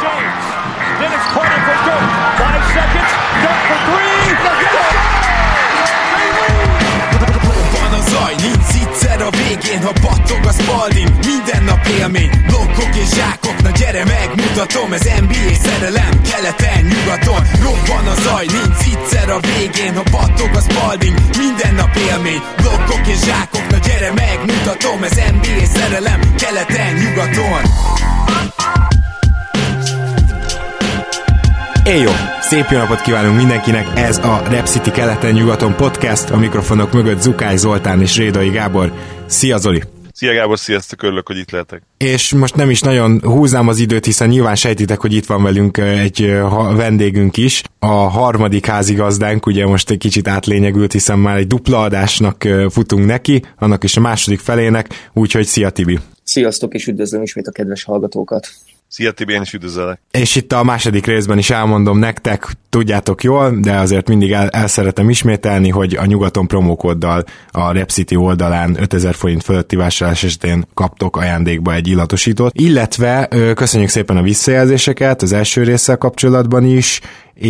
James. Dennis corner for Dirk. 5 seconds. Dirk for 3. Van a zaj, nincs egyszer a végén, ha battog a Spalding, minden nap élmény, blokkok és zsákok, na gyere megmutatom, ez NBA szerelem, keleten, nyugaton, robban a zaj, nincs egyszer a végén, ha battog a Spalding, minden nap élmény, blokkok és zsákok, na gyere megmutatom, ez NBA szerelem, keleten, nyugaton. Éjjó! Szép jó napot kívánunk mindenkinek, ez a Rep City keleten-nyugaton podcast, a mikrofonok mögött Zukály Zoltán és Rédai Gábor. Szia Zoli! Szia Gábor, sziasztok, örülök, hogy itt lehetek. És most nem is nagyon húznám az időt, hiszen nyilván sejtitek, hogy itt van velünk egy vendégünk is. A harmadik házigazdánk ugye most egy kicsit átlényegült, hiszen már egy dupla adásnak futunk neki, annak is a második felének, úgyhogy szia Tibi! Sziasztok, és üdvözlöm ismét a kedves hallgatókat! Szia Tibi, én is üdvözöllek. És itt a második részben is elmondom nektek, tudjátok jól, de azért mindig el szeretem ismételni, hogy a nyugaton promókóddal a Rep City oldalán 5000 forint fölötti vásárlás esetén kaptok ajándékba egy illatosítót, illetve köszönjük szépen a visszajelzéseket az első résszel kapcsolatban is,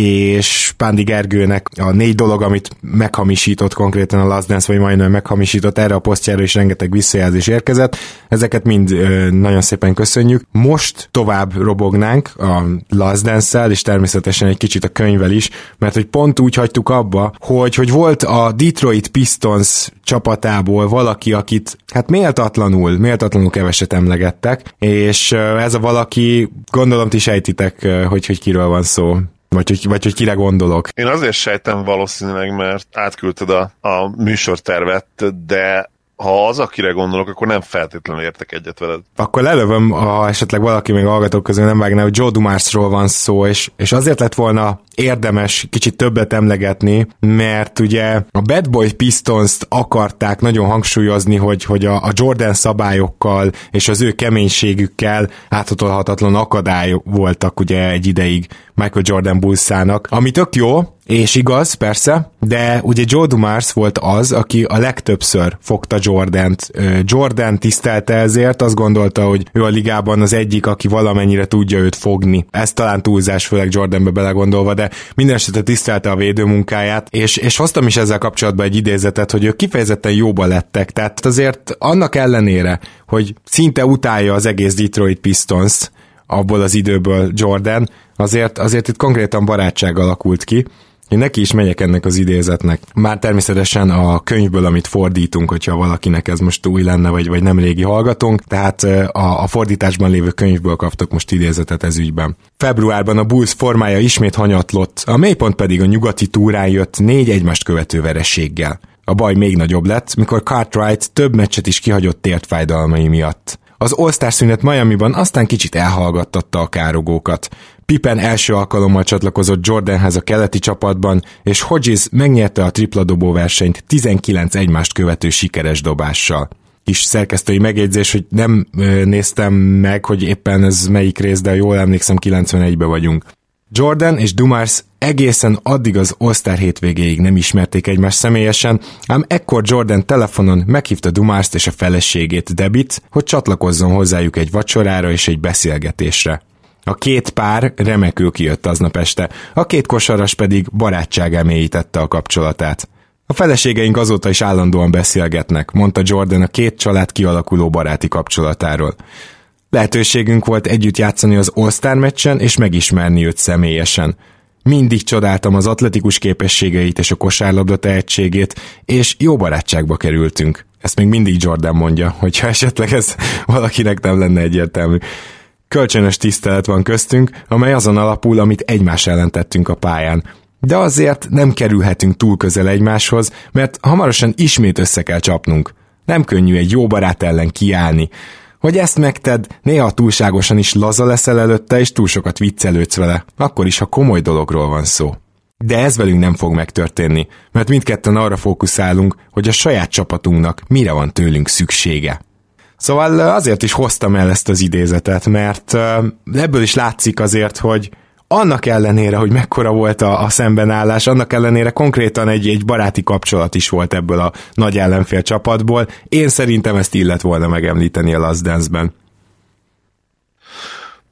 és Pándi Gergőnek a 4 dolog, amit meghamisított konkrétan a Last Dance, vagy majdnem meghamisított, erre a posztjára is rengeteg visszajelzés érkezett. Ezeket mind nagyon szépen köszönjük. Most tovább robognánk a Last Dance-szel, és természetesen egy kicsit a könyvvel is, mert hogy pont úgy hagytuk abba, hogy volt a Detroit Pistons csapatából valaki, akit hát méltatlanul keveset emlegettek, és ez a valaki, gondolom ti sejtitek, hogy kiről van szó. Vagy hogy kire gondolok. Én azért sejtem valószínűleg, mert átküldted a műsortervet, de ha az, akire gondolok, akkor nem feltétlenül értek egyet veled. Akkor lelövöm, ha esetleg valaki még hallgatók közül nem vágná, hogy Joe Dumarsról van szó, és azért lett volna érdemes kicsit többet emlegetni, mert ugye a Bad Boy Pistons-t akarták nagyon hangsúlyozni, hogy a Jordan szabályokkal és az ő keménységükkel áthatolhatatlan akadály voltak ugye egy ideig Michael Jordan Bullsának, ami tök jó, és igaz, persze, de ugye Joe Dumars volt az, aki a legtöbbször fogta Jordant. Jordan tisztelte ezért, azt gondolta, hogy ő a ligában az egyik, aki valamennyire tudja őt fogni. Ez talán túlzás, főleg Jordanbe belegondolva, de minden esetre tisztelte a védőmunkáját, és hoztam is ezzel kapcsolatban egy idézetet, hogy ők kifejezetten jóba lettek, tehát azért annak ellenére, hogy szinte utálja az egész Detroit Pistons abból az időből Jordan, azért itt konkrétan barátság alakult ki. Én neki is megyek ennek az idézetnek. Már természetesen a könyvből, amit fordítunk, hogyha valakinek ez most új lenne, vagy nem régi hallgatónk, tehát a fordításban lévő könyvből kaptok most idézetet ez ügyben. Februárban a Bulls formája ismét hanyatlott, a mélypont pedig a nyugati túrán jött 4 egymást követő vereséggel. A baj még nagyobb lett, mikor Cartwright több meccset is kihagyott tértfájdalmai miatt. Az All-Star szünet Miamiban aztán kicsit elhallgattatta a károgókat. Pippen első alkalommal csatlakozott Jordanhez a keleti csapatban, és Hodges megnyerte a tripladobó versenyt 19 egymást követő sikeres dobással. Kis szerkesztői megjegyzés, hogy nem néztem meg, hogy éppen ez melyik rész, de jól emlékszem, 91-ben vagyunk. Jordan és Dumars egészen addig az All-Star hétvégéig nem ismerték egymást személyesen, ám ekkor Jordan telefonon meghívta Dumarst és a feleségét, Debit, hogy csatlakozzon hozzájuk egy vacsorára és egy beszélgetésre. A két pár remekül kijött aznap este, a két kosaras pedig barátság mélyítette a kapcsolatát. A feleségeink azóta is állandóan beszélgetnek, mondta Jordan a két család kialakuló baráti kapcsolatáról. Lehetőségünk volt együtt játszani az All-Star meccsen és megismerni őt személyesen. Mindig csodáltam az atletikus képességeit és a kosárlabda tehetségét, és jó barátságba kerültünk. Ezt még mindig Jordan mondja, hogyha esetleg ez valakinek nem lenne egyértelmű. Kölcsönös tisztelet van köztünk, amely azon alapul, amit egymás ellen tettünk a pályán. De azért nem kerülhetünk túl közel egymáshoz, mert hamarosan ismét össze kell csapnunk. Nem könnyű egy jó barát ellen kiállni. Hogy ezt megted, néha túlságosan is laza leszel előtte, és túl sokat viccelődsz vele, akkor is, ha komoly dologról van szó. De ez velünk nem fog megtörténni, mert mindketten arra fókuszálunk, hogy a saját csapatunknak mire van tőlünk szüksége. Szóval azért is hoztam el ezt az idézetet, mert ebből is látszik azért, hogy annak ellenére, hogy mekkora volt a szembenállás, annak ellenére konkrétan egy baráti kapcsolat is volt ebből a nagy ellenfél csapatból. Én szerintem ezt illet volna megemlíteni a Last Dance-ben.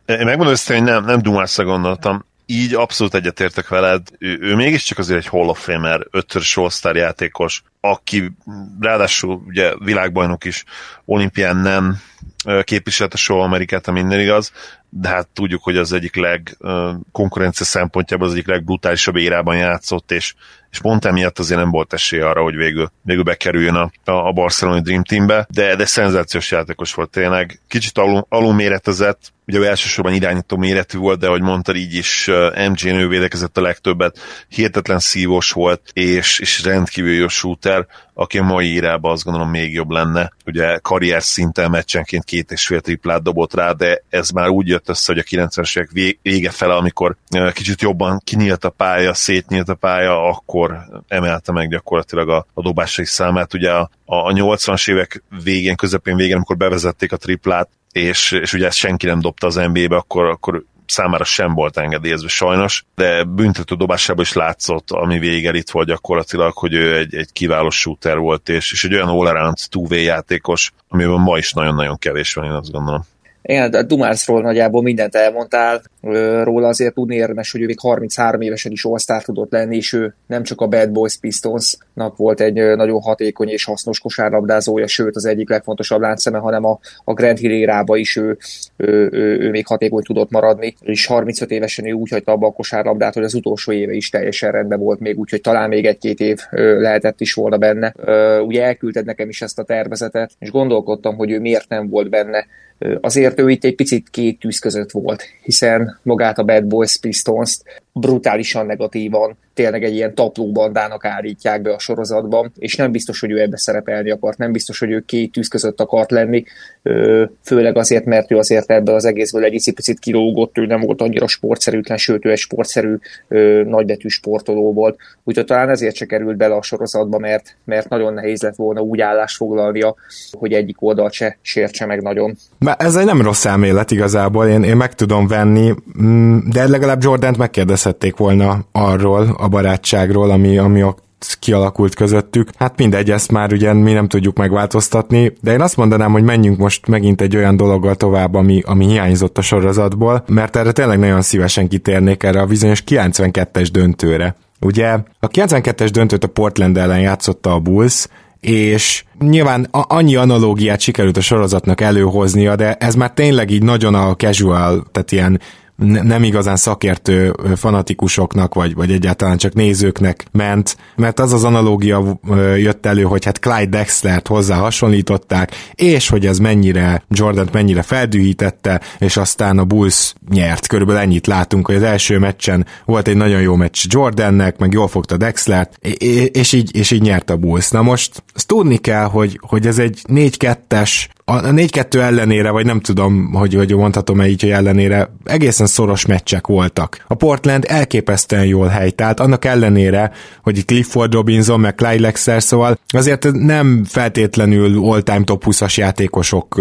Én megmondom őszintén, hogy nem Dumarsra gondoltam. Így abszolút egyetértek veled. Ő mégiscsak azért egy Hall of Famer, 5-szörös All-Star játékos, aki ráadásul ugye világbajnok is, olimpián nem képviselte soha Amerikát, ha minden igaz, de hát tudjuk, hogy az egyik konkurencia szempontjából az egyik legbrutálisabb érában játszott, és pont emiatt azért nem volt esélye arra, hogy végül bekerüljön a Barcelona Dream Teambe, de szenzációs játékos volt tényleg. Kicsit alulméretezett, ugye ő elsősorban irányító méretű volt, de ahogy mondtad, így is MJ-n védekezett a legtöbbet, hihetetlen szívós volt, és rendkívül jó shooter, aki a mai érában azt gondolom még jobb lenne. Ugye karrier szinten meccsenként 2,5 triplát dobott rá, de ez már úgy jött össze, hogy a 90-es évek vége fele, amikor kicsit jobban kinyílt a pálya, szétnyílt a pálya, akkor emelte meg gyakorlatilag a dobásai számát. Ugye a 80-as évek végén, végén, amikor bevezették a triplát, és ugye ezt senki nem dobta az NBA-be, akkor számára sem volt engedélyezve sajnos, de büntető dobásában is látszott, ami végig elit volt gyakorlatilag, hogy ő egy kiváló shooter volt, és egy olyan all-around two-way játékos, amiben ma is nagyon-nagyon kevés van, én azt gondolom. Igen, a Dumarsról nagyjából mindent elmondtál, róla azért tudni érdemes, hogy ő még 33 évesen is All-Star tudott lenni, és ő nem csak a Bad Boys Pistonsnak volt egy nagyon hatékony és hasznos kosárlabdázója, sőt az egyik legfontosabb láncszeme, hanem a Grant Hill érába is ő még hatékony tudott maradni, és 35 évesen ő úgy hagyta abba a kosárlabdát, hogy az utolsó éve is teljesen rendben volt még, úgyhogy talán még 1-2 év lehetett is volna benne. Ugye elküldted nekem is ezt a tervezetet, és gondolkodtam, hogy ő miért nem volt benne. Azért ő itt egy picit két tűz között volt, hiszen magát a Bad Boys Pistons-t brutálisan negatívan, tényleg egy ilyen taplóbandának állítják be a sorozatban, és nem biztos, hogy ő ebbe szerepelni akart, nem biztos, hogy ő két tűz között akart lenni, főleg azért, mert ő azért ebből az egészből egy picit kilógott, ő nem volt annyira sportszerűtlen, sőt ő egy sportszerű, nagybetű sportoló volt, úgyhogy talán ezért se került bele a sorozatba, mert nagyon nehéz lett volna úgy állást foglalnia, hogy egyik oldalt se sértse meg nagyon. Ez egy nem rossz elmélet igazából, én meg tudom venni, de legalább Jordant megkérdezhették volna arról, a barátságról, ami ott kialakult közöttük. Hát mindegy, ezt már ugye mi nem tudjuk megváltoztatni, de én azt mondanám, hogy menjünk most megint egy olyan dologgal tovább, ami hiányzott a sorozatból, mert erre tényleg nagyon szívesen kitérnék, erre a bizonyos 92-es döntőre. Ugye a 92-es döntőt a Portland ellen játszotta a Bulls, és nyilván annyi analógiát sikerült a sorozatnak előhoznia, de ez már tényleg így nagyon a casual, tehát ilyen nem igazán szakértő fanatikusoknak, vagy egyáltalán csak nézőknek ment, mert az analógia jött elő, hogy hát Clyde Drexlert hozzá hasonlították, és hogy ez Jordant mennyire feldühítette, és aztán a Bulls nyert. Körülbelül ennyit látunk, hogy az első meccsen volt egy nagyon jó meccs Jordannek, meg jól fogta Drexlert, és így nyert a Bulls. Na most azt tudni kell, hogy ez egy 4-2-es, a 4-2 ellenére, vagy nem tudom, hogy mondhatom-e így, hogy ellenére egészen szoros meccsek voltak. A Portland elképesztően jól helytált, annak ellenére, hogy Clifford Robinson, meg Clyde Drexler, szóval azért nem feltétlenül all-time top 20-as játékosok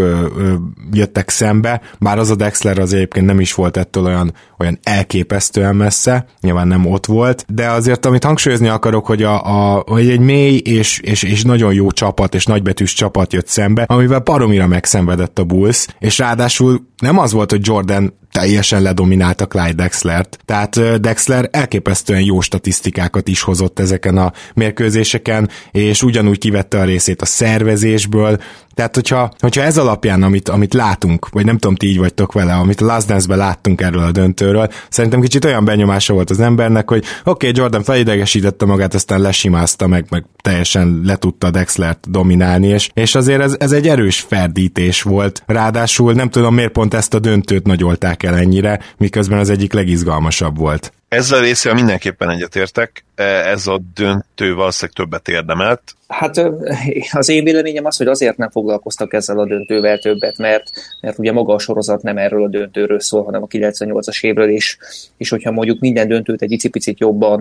jöttek szembe, bár az a Drexler az egyébként nem is volt ettől olyan elképesztően messze, nyilván nem ott volt, de azért amit hangsúlyozni akarok, hogy egy mély és nagyon jó csapat, és nagybetűs csapat jött szembe, amivel baromira megszenvedett a Bulls, és ráadásul nem az volt, hogy Jordan teljesen ledominálta Clyde Drexlert, tehát Drexler elképesztően jó statisztikákat is hozott ezeken a mérkőzéseken, és ugyanúgy kivette a részét a szervezésből, tehát hogyha ez alapján, amit látunk, vagy nem tudom, ti így vagytok vele, amit a Last Dance-ben láttunk erről a döntőről, szerintem kicsit olyan benyomása volt az embernek, hogy oké, Jordan felidegesítette magát, aztán lesimázta, meg teljesen le tudta Drexlert dominálni, és azért ez egy erős ferdítés volt. Ráadásul nem tudom, miért pont ezt a döntőt nagyolták el ennyire, miközben az egyik legizgalmasabb volt. Ezzel részével mindenképpen egyetértek, ez a döntő valószínűleg többet érdemelt. Hát az én véleményem az, hogy azért nem foglalkoztak ezzel a döntővel többet, mert ugye maga a sorozat nem erről a döntőről szól, hanem a 98-as évről, és hogyha mondjuk minden döntőt egy icipicit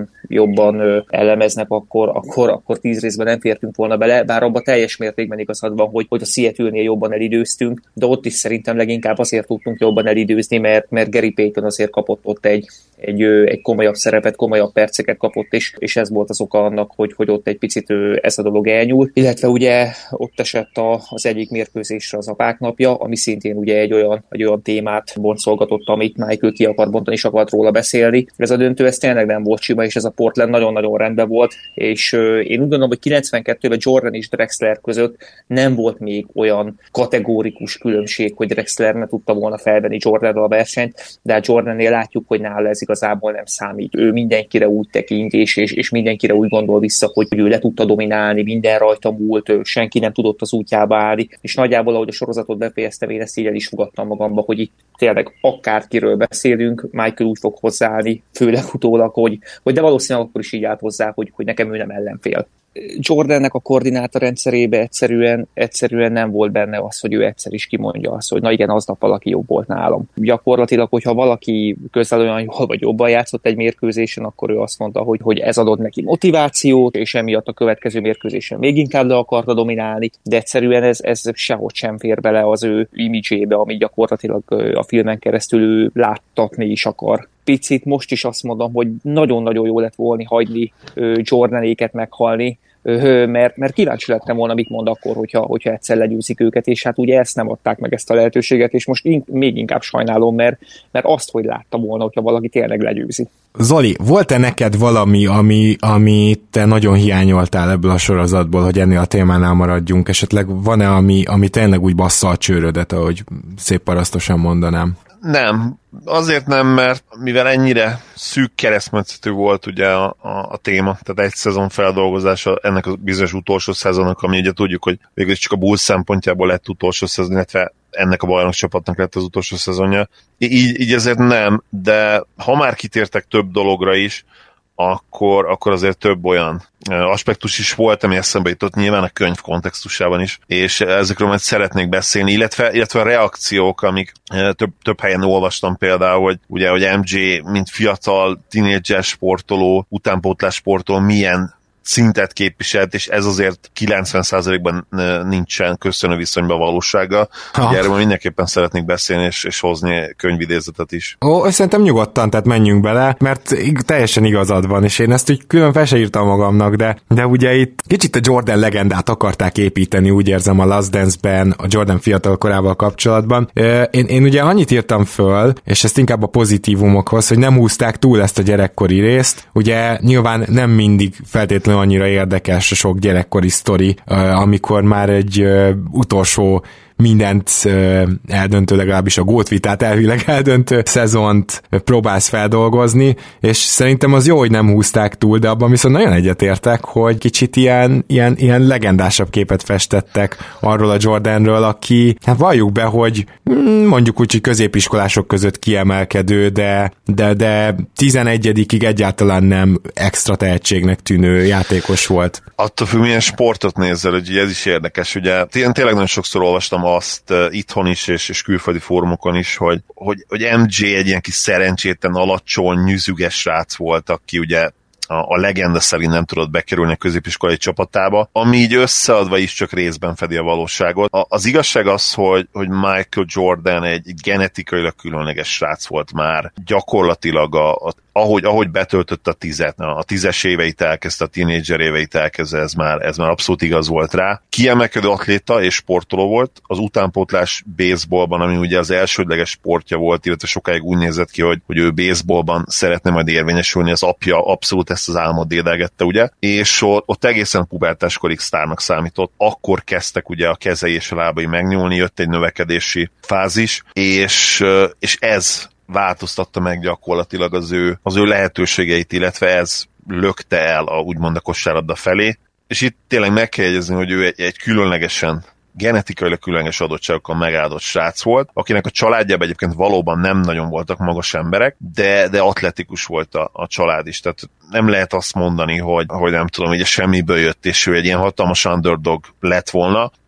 jobban elemeznek, akkor 10 részben nem fértünk volna bele, bár abban teljes mértékben igazad van, hogy a Seattle-nél jobban elidőztünk, de ott is szerintem leginkább azért tudtunk jobban elidőzni, mert Gary Payton azért kapott ott egy komolyabb szerepet, komolyabb perceket kapott, és ez volt az oka annak, hogy ott egy picit ez a dolog elnyúlt, illetve ugye ott esett az egyik mérkőzésre az apák napja, ami szintén ugye egy olyan témát boncolgatott, amit Michael ki akart bontani, és akart róla beszélni. Ez a döntő, ez tényleg nem volt sima, és ez a Portland nagyon-nagyon rendben volt, és én úgy gondolom, hogy 92-ben Jordan és Drexler között nem volt még olyan kategórikus különbség, hogy Drexler ne tudta volna felvenni Jordanra a versenyt, de hát Jordannél látjuk, hogy nála ez igazából nem számít. Ő mindenkire úgy tekint, és mindenkire úgy gondol vissza, hogy ő le tudta dominálni, minden rajta múlt, senki nem tudott az útjába állni, és nagyjából, ahogy a sorozatot befejeztem, én ezt így el is fogadtam magamba, hogy itt tényleg akárkiről beszélünk, Michael úgy fog hozzáállni, főleg utólag, hogy de valószínűleg akkor is így állt hozzá, hogy nekem ő nem ellenfél. Jordannek a koordinátorrendszerébe egyszerűen nem volt benne az, hogy ő egyszer is kimondja azt, hogy na igen, aznap valaki jobb volt nálam. Gyakorlatilag, hogyha valaki közel olyan jól vagy jobban játszott egy mérkőzésen, akkor ő azt mondta, hogy ez adott neki motivációt, és emiatt a következő mérkőzésen még inkább le akarta dominálni, de egyszerűen ez sehogy sem fér bele az ő imidzsébe, ami gyakorlatilag a filmen keresztül ő láttatni is akar. Picit most is azt mondom, hogy nagyon-nagyon jó lett volna hagyni Jordanéket meghalni, mert kíváncsi lettem volna, mit mond akkor, hogyha egyszer legyőzik őket, és hát ugye ezt nem adták meg, ezt a lehetőséget, és most még inkább sajnálom, mert azt, hogy láttam volna, hogyha valaki tényleg legyőzi. Zoli, volt-e neked valami, ami te nagyon hiányoltál ebből a sorozatból, hogy ennél a témánál maradjunk? Esetleg van-e, ami tényleg úgy bassza a csőrödet, ahogy szép parasztosan mondanám? Nem, azért nem, mert mivel ennyire szűk keresztmetszetű volt ugye a téma, tehát egy szezon feldolgozása ennek a bizonyos utolsó szezonnak, ami ugye tudjuk, hogy végül csak a Bulls szempontjából lett utolsó szezon, illetve ennek a bajnokcsapatnak lett az utolsó szezonja. Így ezért nem, de ha már kitértek több dologra is, akkor azért több olyan aspektus is volt, ami eszembe jutott nyilván a könyv kontextusában is, és ezekről majd szeretnék beszélni, illetve a reakciók, amik több helyen olvastam például, hogy MJ, mint fiatal tínédzser sportoló, utánpótlás sportoló milyen szintet képviselt, és ez azért 90%-ban nincsen köszönő viszonyban a valósággal. Ugye erről mindenképpen szeretnék beszélni, és hozni könyvidézetet is. Szerintem nyugodtan, tehát menjünk bele, mert teljesen igazad van, és én ezt úgy külön fel se írtam magamnak, de ugye itt kicsit a Jordan legendát akarták építeni, úgy érzem a Last Dance-ben, a Jordan fiatal korával kapcsolatban. Én ugye annyit írtam föl, és ezt inkább a pozitívumokhoz, hogy nem húzták túl ezt a gyerekkori részt. Ugye nyilván nem mindig feltétlenül annyira érdekes a sok gyerekkori sztori, amikor már egy utolsó mindent eldöntő, legalábbis a gótvitát elvileg eldöntő szezont próbálsz feldolgozni, és szerintem az jó, hogy nem húzták túl, de abban viszont nagyon egyetértek, hogy kicsit ilyen legendásabb képet festettek arról a Jordanről, aki, hát valljuk be, hogy mondjuk úgy, hogy középiskolások között kiemelkedő, de 11-ig egyáltalán nem extra tehetségnek tűnő játékos volt. Attól függ, milyen sportot nézel, hogy ez is érdekes. Ugye tényleg nagyon sokszor olvastam azt itthon is, és külföldi fórumokon is, hogy MJ egy ilyen kis szerencsétlen, alacsony, nyüzüges srác volt, aki ugye a legenda szerint nem tudott bekerülni a középiskolai csapatába, ami így összeadva is csak részben fedi a valóságot. Az igazság az, hogy Michael Jordan egy genetikailag különleges srác volt már. Gyakorlatilag ahogy betöltött a 10-es éveit elkezdte, a tínédzser éveit elkezdve, ez már abszolút igaz volt rá. Kiemelkedő atléta és sportoló volt, az utánpótlás baseballban, ami ugye az elsődleges sportja volt, illetve sokáig úgy nézett ki, hogy ő baseballban szeretne majd érvényesülni, az apja abszolút ezt az álmot dédelgette, ugye, és ott egészen pubertáskorig sztárnak számított. Akkor kezdtek ugye a kezei és a lábai megnyúlni, jött egy növekedési fázis, és ez változtatta meg gyakorlatilag az ő lehetőségeit, illetve ez lökte el úgymond a kosárlabda felé, és itt tényleg meg kell jegyezni, hogy ő egy különlegesen, genetikailag különleges adottságokkal megáldott srác volt, akinek a családjában egyébként valóban nem nagyon voltak magas emberek, de atletikus volt a család is, tehát nem lehet azt mondani, hogy nem tudom, hogy semmiből jött, és ő egy ilyen hatalmas underdog lett volna,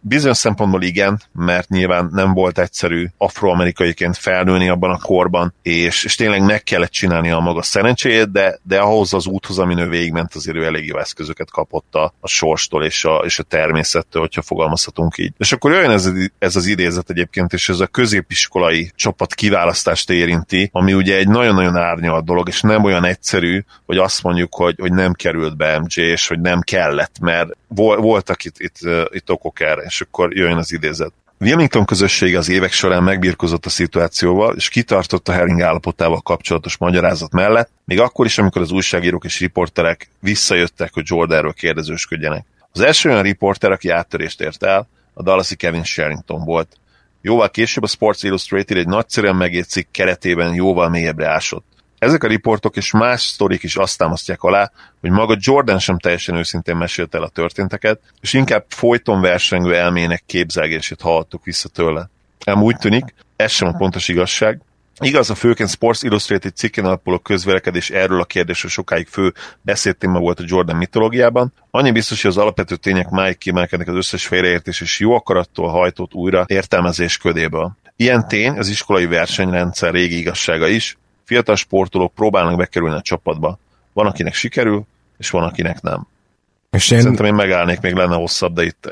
bizonyos szempontból igen, mert nyilván nem volt egyszerű afroamerikaiként felnőni abban a korban, és tényleg meg kellett csinálni a maga szerencséjét, de ahhoz az úthoz, amin ő végigment, azért ő elég jó eszközöket kapott a sorstól és a természettől, hogyha fogalmazhatunk így. És akkor jöjjön ez az idézet egyébként, és ez a középiskolai csapat kiválasztást érinti, ami ugye egy nagyon-nagyon árnyalt dolog, és nem olyan egyszerű, hogy azt mondjuk, hogy nem került be MJ, és hogy nem kellett, mert voltak itt okok erre, és akkor jöjjön az idézet. Wilmington közössége az évek során megbirkózott a szituációval, és kitartott a Herring állapotával kapcsolatos magyarázat mellett, még akkor is, amikor az újságírók és riporterek visszajöttek, hogy Jordanről kérdezősködjenek. Az első olyan riporter, aki áttörést ért el, a Dallasi Kevin Sherrington volt. Jóval később a Sports Illustrated egy nagyszerűen megírt cikk keretében jóval mélyebbre ásott. Ezek a riportok és más sztorik is azt támasztják alá, hogy maga Jordan sem teljesen őszintén mesélte el a történteket, és inkább folyton versengő elmének képzelgését hallottuk vissza tőle. Ám úgy tűnik, ez sem a pontos igazság. Igaz, a főként Sports Illustrated cikken alapuló közvélekedés erről a kérdésről sokáig fő beszédtéma volt a Jordan mitológiában. Annyi biztos, hogy az alapvető tények máig kiemelkednek az összes félreértés és jó akarattól hajtott újra értelmezés ködéből. Ilyen tény az iskolai versenyrendszer régi igazsága is. Fiatal sportolók próbálnak bekerülni a csapatba. Van, akinek sikerül, és van, akinek nem. Szerintem én megállnék, még lenne hosszabb, de itt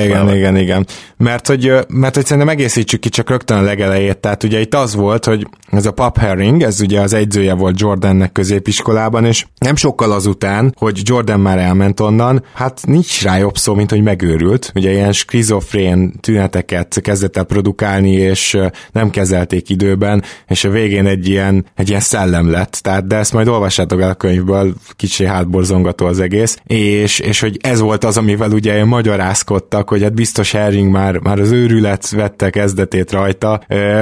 igen. Mert hogy szerintem egészítsük ki csak rögtön a legelejét, tehát ugye itt az volt, hogy ez a Pop Herring, ez ugye az egyzője volt Jordannek középiskolában, és nem sokkal azután, hogy Jordan már elment onnan, hát nincs rá jobb szó, mint hogy megőrült, ugye ilyen skizofrén tüneteket kezdett el produkálni, és nem kezelték időben, és a végén egy ilyen szellem lett, tehát de ezt majd olvassátok el a könyvből, kicsi hátborzongató az egész, és hogy ez volt az, amivel ugye magyarázkodtak, hogy hát biztos Herring már az őrület vette kezdetét rajta,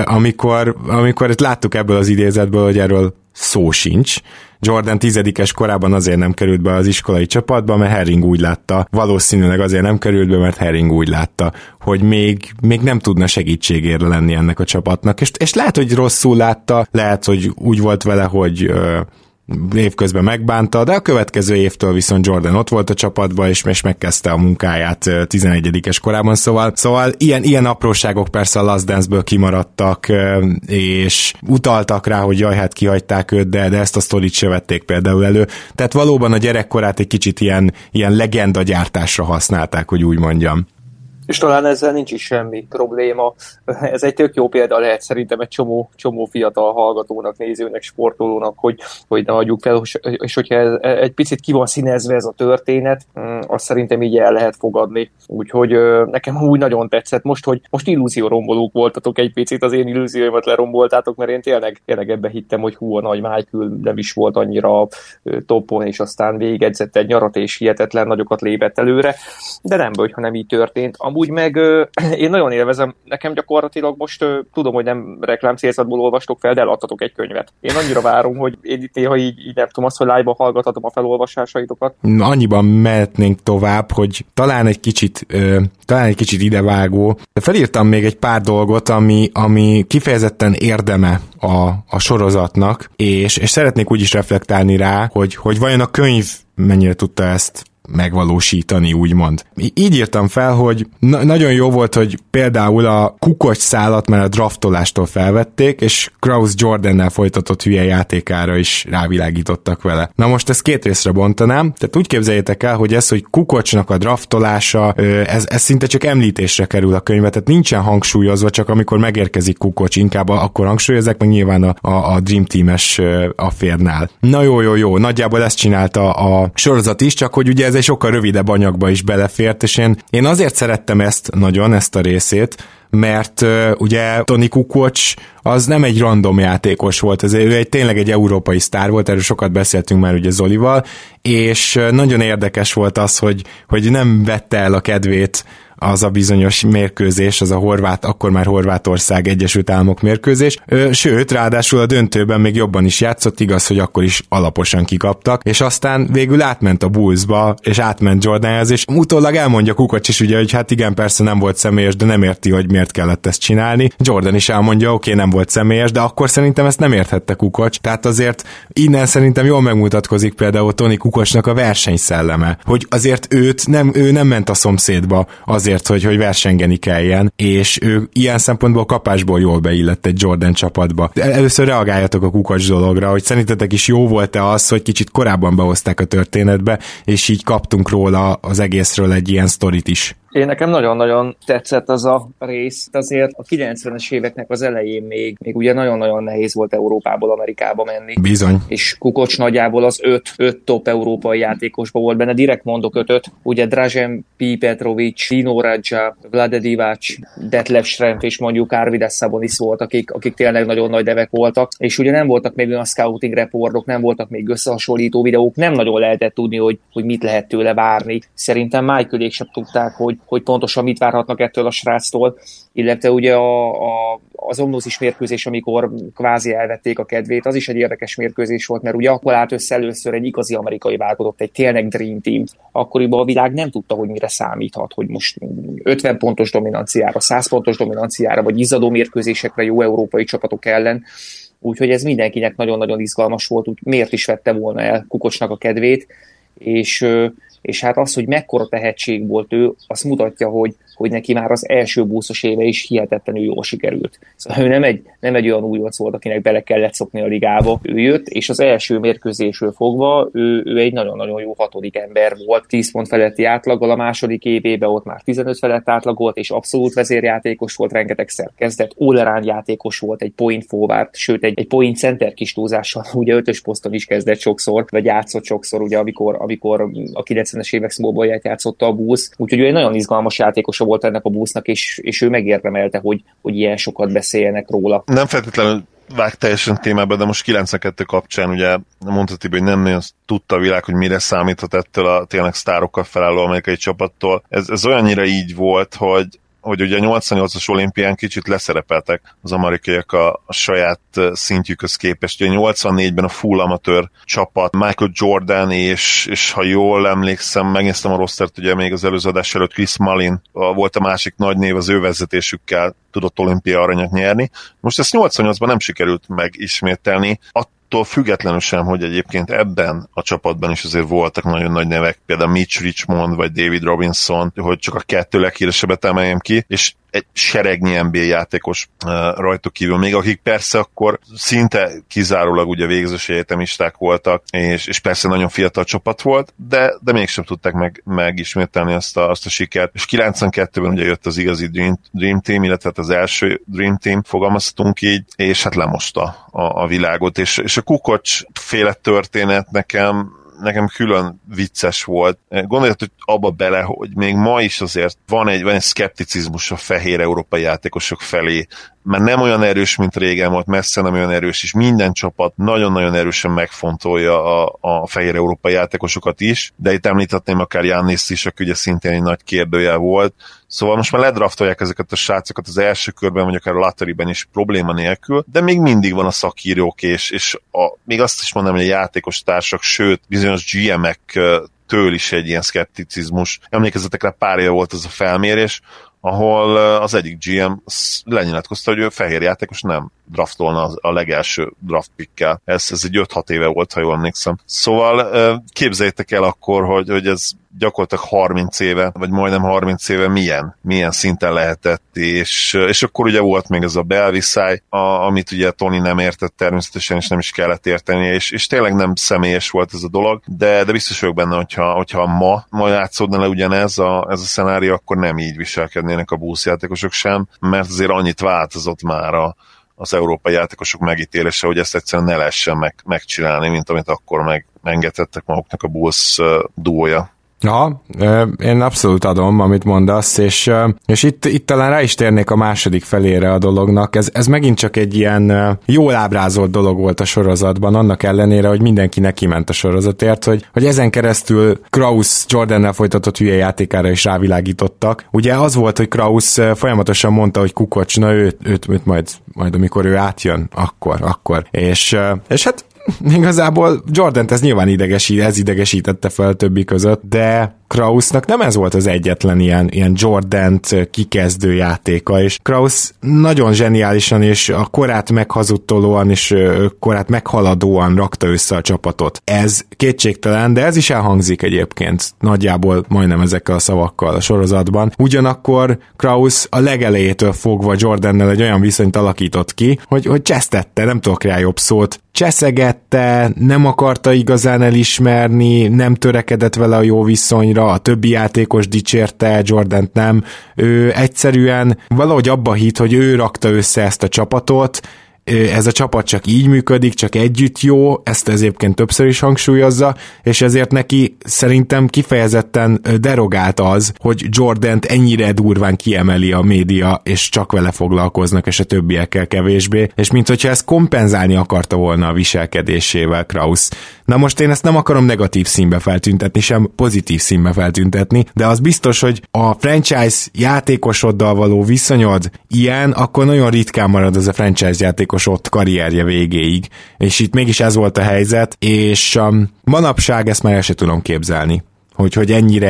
amikor itt láttuk ebből az idézetből, hogy erről szó sincs. Jordan 10-es korában azért nem került be az iskolai csapatba, mert Herring úgy látta, valószínűleg azért nem került be, mert Herring úgy látta, hogy még nem tudna segítségére lenni ennek a csapatnak, és lehet, hogy rosszul látta, lehet, hogy úgy volt vele, hogy évközben megbánta, de a következő évtől viszont Jordan ott volt a csapatban, és megkezdte a munkáját 11-es korában, szóval ilyen apróságok persze a Last Dance-ből kimaradtak, és utaltak rá, hogy jaj, hát kihagyták őt, de ezt a sztorit se vették például elő. Tehát valóban a gyerekkorát egy kicsit ilyen legendagyártásra használták, hogy úgy mondjam. És talán ezzel nincs is semmi probléma. Ez egy tök jó példa lehet szerintem egy csomó fiatal hallgatónak, nézőnek, sportolónak, hogy ne adjuk fel, és hogyha egy picit ki van színezve ez a történet, azt szerintem így el lehet fogadni. Úgyhogy nekem úgy nagyon tetszett. Most illúziórombolók voltatok egy picit, az én illúzióimat leromboltátok, mert én tényleg ebbe hittem, hogy a nagy Michael nem is volt annyira toppon, és aztán végigedzett egy nyarat, és hihetetlen nagyokat lépett előre. De nem baj, ha nem így történt. Amúgy meg én nagyon élvezem, nekem gyakorlatilag most tudom, hogy nem reklám célzatból olvastok fel, de eladtatok egy könyvet. Én annyira várom, hogy én itt néha így nem tudom azt, hogy live-ban hallgathatom a felolvasásaitokat. Annyiban mehetnénk tovább, hogy talán egy kicsit idevágó. De felírtam még egy pár dolgot, ami kifejezetten érdeme a sorozatnak, és szeretnék úgy is reflektálni rá, hogy vajon a könyv mennyire tudta ezt megvalósítani, úgymond. Így írtam fel, hogy nagyon jó volt, hogy például a kukocs szálat már a draftolástól felvették, és Krause Jordannel folytatott hülye játékára is rávilágítottak vele. Na most ezt két részre bontanám, tehát úgy képzeljétek el, hogy ez, hogy kukocsnak a draftolása, ez szinte csak említésre kerül a könyvet, tehát nincsen hangsúlyozva, csak amikor megérkezik Kukocs, inkább akkor hangsúlyozzák, meg nyilván a Dream Team-es afférnál. Na jó, nagyjából ezt csinálta a sorozat is, csak hogy ugye ez egy sokkal rövidebb anyagba is belefért, és én azért szerettem ezt a részét, mert ugye Toni Kukoc az nem egy random játékos volt, ő tényleg egy európai sztár volt, erről sokat beszéltünk már ugye Zolival, és nagyon érdekes volt az, hogy nem vette el a kedvét az a bizonyos mérkőzés, az a akkor már Horvátország Egyesült Államok mérkőzés, sőt, ráadásul a döntőben még jobban is játszott, igaz, hogy akkor is alaposan kikaptak, és aztán végül átment a Bullsba, és átment Jordanhez, és utólag elmondja Kukoc is ugye, hogy hát igen, persze nem volt személyes, de nem érti, hogy miért kellett ezt csinálni. Jordan is elmondja, oké, nem volt személyes, de akkor szerintem ezt nem érthette Kukoc, tehát azért innen szerintem jól megmutatkozik például Toni Kukocsnak a versenyszelleme, hogy azért ő nem ment a szomszédba azért, hogy versengeni kelljen, és ő ilyen szempontból kapásból jól beillett egy Jordan csapatba. De először reagáljatok a Kukoc dologra, hogy szerintetek is jó volt-e az, hogy kicsit korábban behozták a történetbe, és így kaptunk róla az egészről egy ilyen sztorit is. Én nekem nagyon-nagyon tetszett az a rész. Azért a 90-es éveknek az elején még ugye nagyon-nagyon nehéz volt Európából Amerikába menni. Bizony. És Kukoc nagyjából az 5 top európai játékosban volt benne. Direkt mondok 5-öt. Ugye Dražen Petrović, Dino Radja, Vlade Divac, Detlef Schrempf és mondjuk Arvidas Sabonis volt, akik tényleg nagyon nagy nevek voltak. És ugye nem voltak még olyan scouting reportok, nem voltak még összehasonlító videók, nem nagyon lehetett tudni, hogy mit lehet tőle várni. Szerintem Michaelék sem tudták, hogy pontosan mit várhatnak ettől a sráctól, illetve ugye az omnózis mérkőzés, amikor kvázi elvették a kedvét, az is egy érdekes mérkőzés volt, mert ugye akkor állt össze először egy igazi amerikai változott, egy tényleg Dream Team. Akkoriban a világ nem tudta, hogy mire számíthat, hogy most 50 pontos dominanciára, 100 pontos dominanciára, vagy izzadó mérkőzésekre jó európai csapatok ellen. Úgyhogy ez mindenkinek nagyon-nagyon izgalmas volt, úgy miért is vette volna el Kukocsnak a kedvét, és hát az, hogy mekkora tehetség volt ő, azt mutatja, hogy neki már az első buszos éve is hihetetlenül jól sikerült. Szóval ő nem egy olyan újonc volt, akinek bele kellett szokni a ligába. Ő jött, és az első mérkőzésről fogva ő egy nagyon-nagyon jó 6. ember volt, 10 pont feletti átlaggal, a második évében ott már 15 felett átlagolt, és abszolút vezérjátékos volt, rengetegszer kezdett, all-around játékos volt, egy point forward, sőt egy point center kis túlzással, ugye 5-ös poszton is kezdett sokszor, vagy játszott sokszor, ugye amikor a 90-es évek smallballját játszotta a Bulls, úgyhogy ő egy nagyon izgalmas játékos volt ennek a Bullsnak, és ő megérdemelte, hogy ilyen sokat beszéljenek róla. Nem feltétlenül vág teljesen témába, de most 92 kapcsán ugye mondta Tibi, hogy nem nagyon tudta a világ, hogy mire számíthat ettől a tényleg sztárokkal felálló amerikai csapattól. Ez olyannyira így volt, hogy ugye a 88-as olimpián kicsit leszerepeltek az amerikaiak a saját szintjükhöz képest. Ugye 84-ben a full amatőr csapat, Michael Jordan és ha jól emlékszem, megnéztem a rostert, ugye még az előző adás előtt Chris Mullin volt a másik nagy név, az ő vezetésükkel tudott olimpia aranyat nyerni. Most ezt 88-ban nem sikerült megismételni, attól függetlenül sem, hogy egyébként ebben a csapatban is azért voltak nagyon nagy nevek, például Mitch Richmond vagy David Robinson, hogy csak a 2 leghíresebbet emeljem ki, és egy seregnyi NBA játékos rajtuk kívül, még akik persze akkor szinte kizárólag ugye végzős egyetemisták voltak, és persze nagyon fiatal csapat volt, de mégsem tudták megismételni azt a sikert. És 92-ben ugye jött az igazi Dream Team, illetve az első Dream Team, fogalmazhatunk így, és hát lemosta a világot, és a Kukoc féle történet nekem külön vicces volt. Gondoljad, hogy abba bele, hogy még ma is azért van egy szkepticizmus a fehér európai játékosok felé, mert nem olyan erős, mint régen volt, messze nem olyan erős, és minden csapat nagyon-nagyon erősen megfontolja a fehér európai játékosokat is, de itt említhetném akár Giannis is, aki ugye szintén egy nagy kérdőjel volt. Szóval most már ledraftolják ezeket a srácokat az első körben, vagy akár a lotteryben is probléma nélkül, de még mindig van a szakírók, és még azt is mondom, hogy a játékos társak, sőt, bizonyos GM-ektől is egy ilyen szkepticizmus. Emlékezzetek rá, pár éve volt ez a felmérés, ahol az egyik GM lenyilatkozta, hogy ő fehér játékos nem draftolna a legelső draft pickkel. Ez egy 5-6 éve volt, ha jól emlékszem. Szóval képzeljétek el akkor, hogy ez gyakorlatilag 30 éve, vagy majdnem 30 éve milyen szinten lehetett, és akkor ugye volt még ez a belviszály, amit ugye Tony nem értett természetesen, és nem is kellett érteni, és tényleg nem személyes volt ez a dolog, de biztos vagyok benne, hogyha ma játszódna le ugyanez ez a szenárió, akkor nem így viselkednének a Bulls játékosok sem, mert azért annyit változott már az európai játékosok megítélése, hogy ezt egyszerűen ne lehessen megcsinálni, mint amit akkor megengedhettek maguknak a Bulls duója. Ja, én abszolút adom, amit mondasz, és itt talán rá is térnék a második felére a dolognak. Ez megint csak egy ilyen jól ábrázolt dolog volt a sorozatban, annak ellenére, hogy mindenki neki ment a sorozatért, hogy ezen keresztül Krause Jordannel folytatott hülye játékára is rávilágítottak. Ugye az volt, hogy Krause folyamatosan mondta, hogy Kukoc, na őt majd amikor ő átjön, akkor. És hát igazából Jordant ez nyilván idegesítette fel a többi között, de Krausznak nem ez volt az egyetlen ilyen Jordant kikezdő játéka, és Krausz nagyon zseniálisan és a korát meghazudtolóan és korát meghaladóan rakta össze a csapatot. Ez kétségtelen, de ez is elhangzik egyébként nagyjából majdnem ezekkel a szavakkal a sorozatban. Ugyanakkor Krausz a legelejétől fogva Jordannel egy olyan viszonyt alakított ki, hogy csesztette, nem tudok rá jobb szót, cseszegette, nem akarta igazán elismerni, nem törekedett vele a jó viszonyra, a többi játékos dicsérte, Jordant nem. Ő egyszerűen valahogy abba hitt, hogy ő rakta össze ezt a csapatot, ez a csapat csak így működik, csak együtt jó, ezt egyébként többször is hangsúlyozza, és ezért neki szerintem kifejezetten derogált az, hogy Jordant ennyire durván kiemeli a média, és csak vele foglalkoznak, és a többiekkel kevésbé, és minthogyha ezt kompenzálni akarta volna a viselkedésével Krausz. Na most én ezt nem akarom negatív színbe feltüntetni, sem pozitív színbe feltüntetni, de az biztos, hogy a franchise játékosoddal való viszonyod ilyen, akkor nagyon ritkán marad az a franchise játékos ott karrierje végéig, és itt mégis ez volt a helyzet, és manapság ezt már el sem tudom képzelni, hogy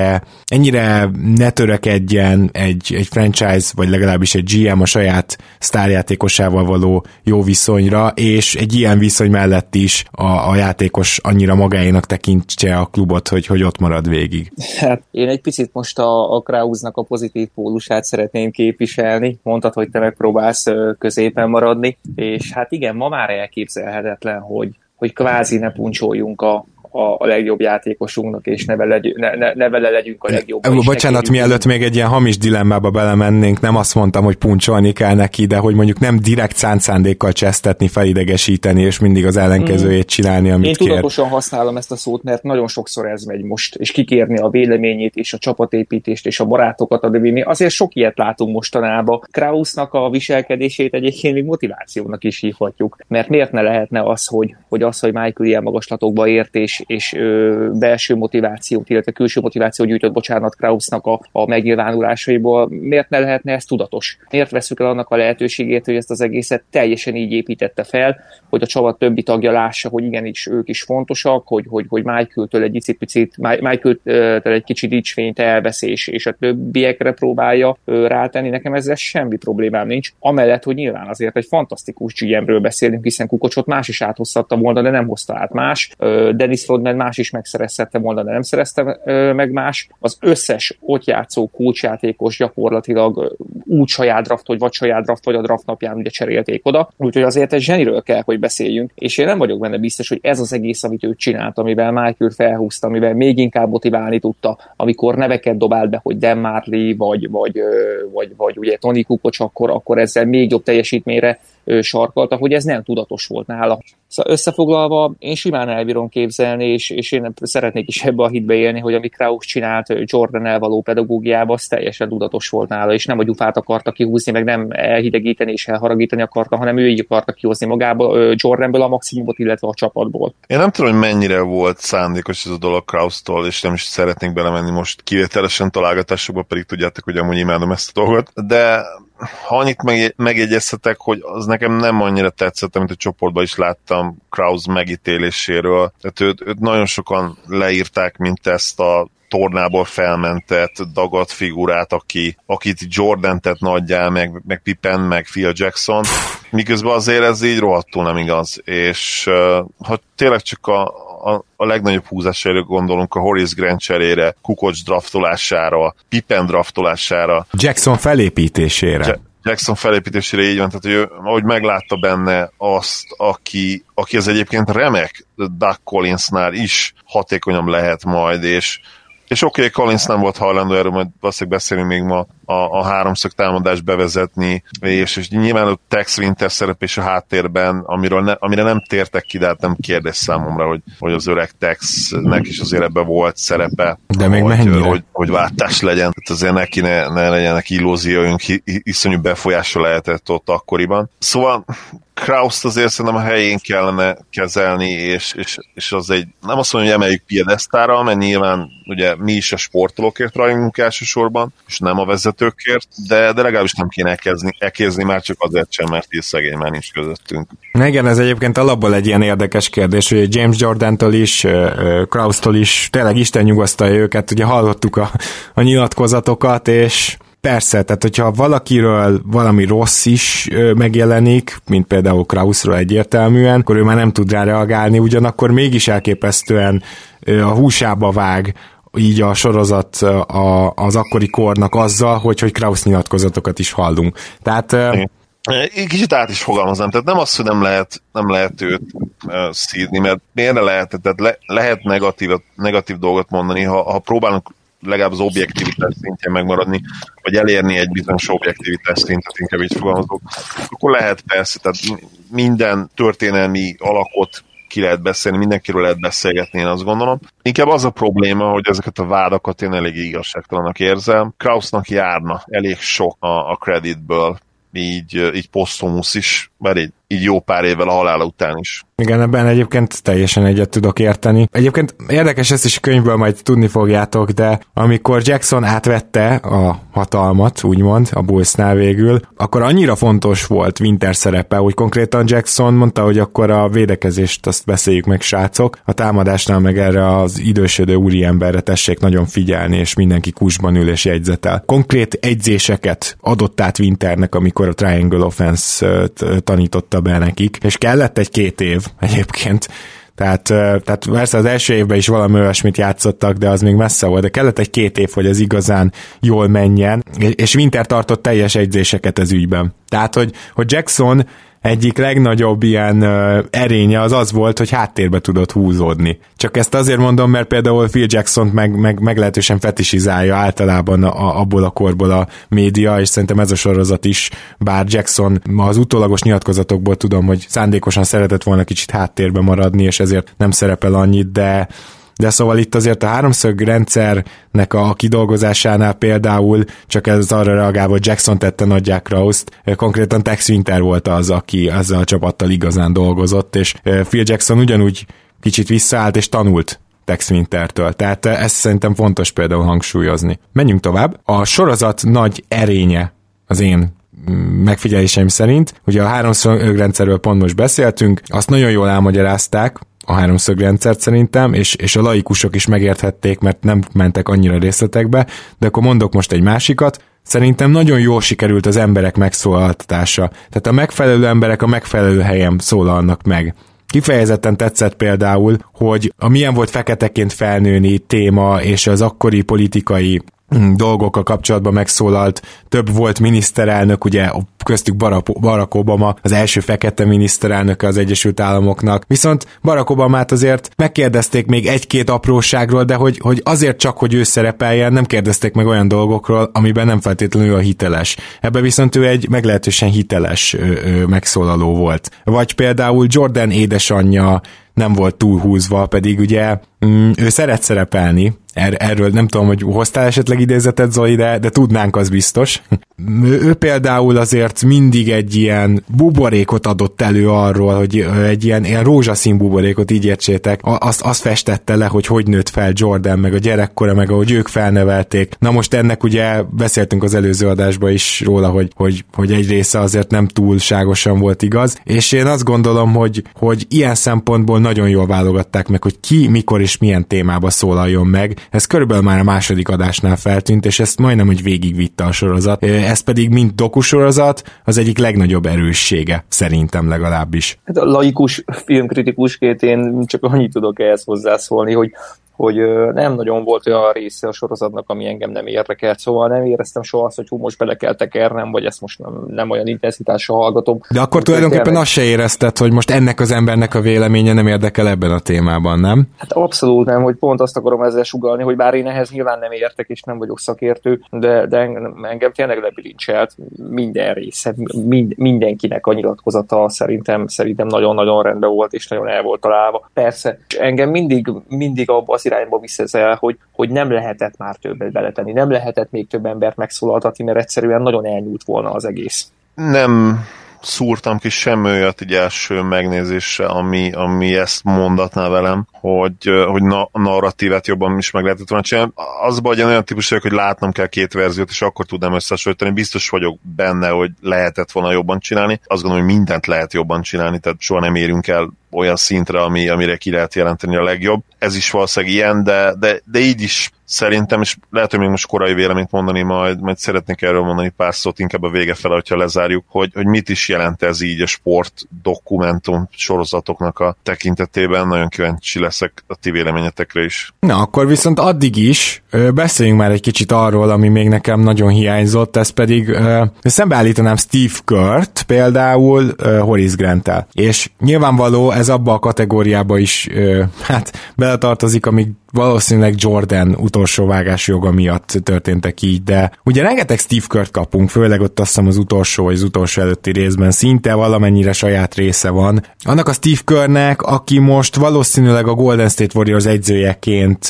ennyire ne törekedjen egy franchise, vagy legalábbis egy GM a saját sztárjátékosával való jó viszonyra, és egy ilyen viszony mellett is a játékos annyira magáénak tekintse a klubot, hogy ott marad végig. Hát én egy picit most a Krausznak a pozitív pólusát szeretném képviselni. Mondtad, hogy te megpróbálsz középen maradni, és hát igen, ma már elképzelhetetlen, hogy kvázi ne puncsoljunk a legjobb játékosunknak, és ne vele legyünk a legjobb. Bocsánat, mielőtt még egy ilyen hamis dilemmába belemennénk, nem azt mondtam, hogy puncsolni kell neki, de hogy mondjuk nem direkt szándékkal csesztetni, felidegesíteni, és mindig az ellenkezőjét csinálni, amit Én kér. tudatosan használom ezt a szót, mert nagyon sokszor ez megy most, és kikérni a véleményét, és a csapatépítést, és a barátokat adni. Azért sok ilyet látunk mostanában. Krausznak a viselkedését egyébként még motivációnak is hívhatjuk, mert miért ne lehetne az, hogy Michael ilyen magaslatokba ért, és belső motivációt, illetve külső motivációt gyűjtött, Krausznak a megnyilvánulásaiból. Miért ne lehetne ez tudatos? Miért veszük el annak a lehetőségét, hogy ezt az egészet teljesen így építette fel, hogy a csapat többi tagja lássa, hogy igenis ők is fontosak, hogy Michael-től egy kicsit dicsfényt elvesz, és a többiekre próbálja rátenni. Nekem ezzel semmi problémám nincs. Amellett, hogy nyilván azért egy fantasztikus GM-ről beszélünk, hiszen Kukocsot más is áthozhatta volna, de nem hozta át más. Dennis Rodman más is megszerezhette volna, de nem szerezte meg más. Az összes ott játszó kulcsjátékos gyakorlatilag úgy saját draft, vagy a draft napján ugye cserélték oda. Úgyhogy azért egy zseniről kell, hogy beszéljünk. És én nem vagyok benne biztos, hogy ez az egész, amit ő csinált, amivel Michael felhúzta, amivel még inkább motiválni tudta, amikor neveket dobált be, hogy Dan Marley, vagy ugye Tony Kukoc, akkor ezzel még jobb teljesítményre sarkalta, hogy ez nem tudatos volt nála. Szóval összefoglalva, én simán elbírom képzelni, és én szeretnék is ebbe a hitbe élni, hogy ami Krausz csinált Jordan-el való pedagógiában, az teljesen tudatos volt nála, és nem a gyufát akarta kihúzni, meg nem elhidegíteni és elharagítani akarta, hanem ő így akarta kihozni magából, Jordanből a maximumot, illetve a csapatból. Én nem tudom, hogy mennyire volt szándékos ez a dolog Krausztól, és nem is szeretnék belemenni most kivételesen találgatásokba, pedig tudjátok, hogy amúgy imádom ezt a dolgot, de ha annyit megjegyezhetek, hogy az nekem nem annyira tetszett, amit a csoportban is láttam Krausz megítéléséről. Tehát őt nagyon sokan leírták, mint ezt a tornából felmentett, dagadt figurát, akit Jordan tett nagyjá, meg Pippen, meg Phil Jackson, miközben azért ez így rohadtul nem igaz. És ha tényleg csak a legnagyobb húzására gondolunk, a Horace Grant cserére, Kukoc draftolására, Pippen draftolására, Jackson felépítésére. Jackson felépítésére így van, tehát hogy ahogy meglátta benne azt, aki az egyébként remek Doug Collinsnál is hatékonyabb lehet majd, és oké, Collins nem volt hajlandó, erről majd valószínűleg beszélünk még ma a háromszög támadást bevezetni, és nyilván a Tex Winter szerep és a háttérben, amire nem tértek ki, de hát nem kérdés számomra, hogy az öreg Texnek is azért ebben volt szerepe, de még hogy váltás legyen. Tehát azért neki ne legyenek illúzióink, iszonyú befolyása lehetett ott akkoriban. Szóval Krause-t azért szerintem a helyén kellene kezelni, és az egy, nem azt mondom, hogy emeljük piedesztára, mert nyilván ugye mi is a sportolókért rajongunk elsősorban, és nem a vezetőkért, de legalábbis nem kéne ekézni már csak azért sem, mert így szegény már nincs közöttünk. Igen, ez egyébként alapból egy ilyen érdekes kérdés, hogy James Jordantól is, Krause-tól is, tényleg Isten nyugasztalja őket, ugye hallottuk a nyilatkozatokat, és persze, tehát hogyha valakiről valami rossz is megjelenik, mint például Krause-ról egyértelműen, akkor ő már nem tud rá reagálni, ugyanakkor mégis elképesztően a húsába vág így a sorozat az akkori kornak azzal, hogy Krause nyilatkozatokat is hallunk. Tehát... Kicsit át is fogalmazom, tehát nem az, hogy nem lehet őt szídni, mert miért lehet, tehát lehet negatív dolgot mondani, ha próbálunk legalább az objektivitás szintjén megmaradni, vagy elérni egy bizonyos objektivitás szintet, inkább így fogalmazok, akkor lehet persze, tehát minden történelmi alakot ki lehet beszélni, mindenkiről lehet beszélgetni, én azt gondolom. Inkább az a probléma, hogy ezeket a vádakat én elég igazságtalanak érzem. Krause-nak járna elég sok a creditből, így posztumusz is, bár így jó pár évvel a halála után is. Igen, ebben egyébként teljesen egyet tudok érteni. Egyébként érdekes, ezt is a könyvből majd tudni fogjátok, de amikor Jackson átvette a hatalmat, úgymond, a Bullsnál végül, akkor annyira fontos volt Winter szerepe, hogy konkrétan Jackson mondta, hogy akkor a védekezést azt beszéljük meg, srácok, a támadásnál meg erre az idősödő úriemberre tessék nagyon figyelni, és mindenki kusban ül és jegyzetel. Konkrét egyzéseket adott át Winternek, amikor a Triangle Offense tanította be nekik, és kellett egy 2 év egyébként. Tehát persze az első évben is valami olyasmit játszottak, de az még messze volt, de kellett egy 2 év, hogy ez igazán jól menjen, és Winter tartott teljes egyzéseket ez ügyben. Tehát, hogy Jackson egyik legnagyobb ilyen erénye az volt, hogy háttérbe tudott húzódni. Csak ezt azért mondom, mert például Phil Jacksont meglehetősen fetisizálja általában abból a korból a média, és szerintem ez a sorozat is, bár Jackson az utólagos nyilatkozatokból tudom, hogy szándékosan szeretett volna kicsit háttérbe maradni, és ezért nem szerepel annyit, de szóval itt azért a háromszög rendszernek a kidolgozásánál például csak ez arra reagálva, hogy Jackson tette nagyjá Krause-t, konkrétan Tex Winter volt az, aki ezzel a csapattal igazán dolgozott, és Phil Jackson ugyanúgy kicsit visszaállt és tanult Tex Wintertől. Tehát ezt szerintem fontos például hangsúlyozni. Menjünk tovább. A sorozat nagy erénye az én megfigyeléseim szerint, ugye a háromszög rendszerről pont most beszéltünk, azt nagyon jól elmagyarázták, a háromszögrendszert szerintem, és a laikusok is megérthették, mert nem mentek annyira részletekbe, de akkor mondok most egy másikat. Szerintem nagyon jól sikerült az emberek megszólaltatása. Tehát a megfelelő emberek a megfelelő helyen szólalnak meg. Kifejezetten tetszett például, hogy a milyen volt feketeként felnőni téma és az akkori politikai dolgokkal kapcsolatban megszólalt, több volt miniszterelnök, ugye köztük Barack Obama, az első fekete miniszterelnöke az Egyesült Államoknak, viszont Barack Obamát azért megkérdezték még egy-két apróságról, de hogy azért csak, hogy ő szerepeljen, nem kérdezték meg olyan dolgokról, amiben nem feltétlenül a hiteles. Ebben viszont ő egy meglehetősen hiteles megszólaló volt. Vagy például Jordan édesanyja nem volt túlhúzva, pedig ugye ő szeret szerepelni, erről nem tudom, hogy hoztál esetleg idézetet, Zoli, de tudnánk, az biztos. Ő például azért mindig egy ilyen buborékot adott elő arról, hogy egy ilyen rózsaszín buborékot, így értsétek, azt festette le, hogy nőtt fel Jordan, meg a gyerekkora, meg ahogy ők felnevelték. Na most ennek ugye beszéltünk az előző adásban is róla, hogy egy része azért nem túlságosan volt igaz, és én azt gondolom, hogy ilyen szempontból nagyon jól válogatták meg, hogy ki, mikor és milyen témába szólaljon meg. Ez körülbelül már a második adásnál feltűnt, és ezt majdnem, hogy végigvitte a sorozat. Ez pedig, mint dokusorozat, az egyik legnagyobb erőssége, szerintem legalábbis. Hát a laikus filmkritikusként én csak annyit tudok ehhez hozzászólni, hogy nem nagyon volt olyan része a sorozatnak, ami engem nem érdekelt, szóval nem éreztem soha azt, hogy most bele kell tekernem, vagy ezt most nem olyan intenzitással hallgatom. De akkor tulajdonképpen azt se érezted, hogy most ennek az embernek a véleménye nem érdekel ebben a témában, nem? Hát abszolút nem, hogy pont azt akarom ezzel sugallni, hogy bár én ehhez nyilván nem értek, és nem vagyok szakértő, de engem tényleg lebilincselt minden része, mindenkinek a nyilatkozata szerintem nagyon-nagyon rendben volt, és nagyon el volt találva. Persze, és engem mindig abba az irányba visz ez el, hogy nem lehetett már többet beletenni, nem lehetett még több embert megszólaltatni, mert egyszerűen nagyon elnyúlt volna az egész. Nem szúrtam ki semmi olyat így első megnézésre, ami ezt mondatná velem, hogy narratívát jobban is meg lehetett volna csinálni. Az baj, hogy olyan típus vagyok, hogy látnom kell két verziót, és akkor tudnám összehasonlítani. Biztos vagyok benne, hogy lehetett volna jobban csinálni. Azt gondolom, hogy mindent lehet jobban csinálni, tehát soha nem érünk el olyan szintre, amire ki lehet jelenteni a legjobb. Ez is valószínűleg ilyen, de így is szerintem, és lehet, hogy még most korai véleményt mondani, majd szeretnék erről mondani pár szót, inkább a vége fele, hogyha lezárjuk, hogy mit is jelent ez így a sport dokumentum sorozatoknak a tekintetében. Nagyon kíváncsi leszek a ti véleményetekre is. Na, akkor viszont addig is beszéljünk már egy kicsit arról, ami még nekem nagyon hiányzott, ez pedig szembeállítanám Steve Kerrt például Horace Grant-tel. És nyilvánvaló ez abba a kategóriába is beletartozik, amíg valószínűleg Jordan utolsó vágás joga miatt történtek így, de ugye rengeteg Steve Kerrt kapunk, főleg ott azt hiszem az utolsó előtti részben szinte valamennyire saját része van. Annak a Steve Kerrnek, aki most valószínűleg a Golden State Warriors egyzőjeként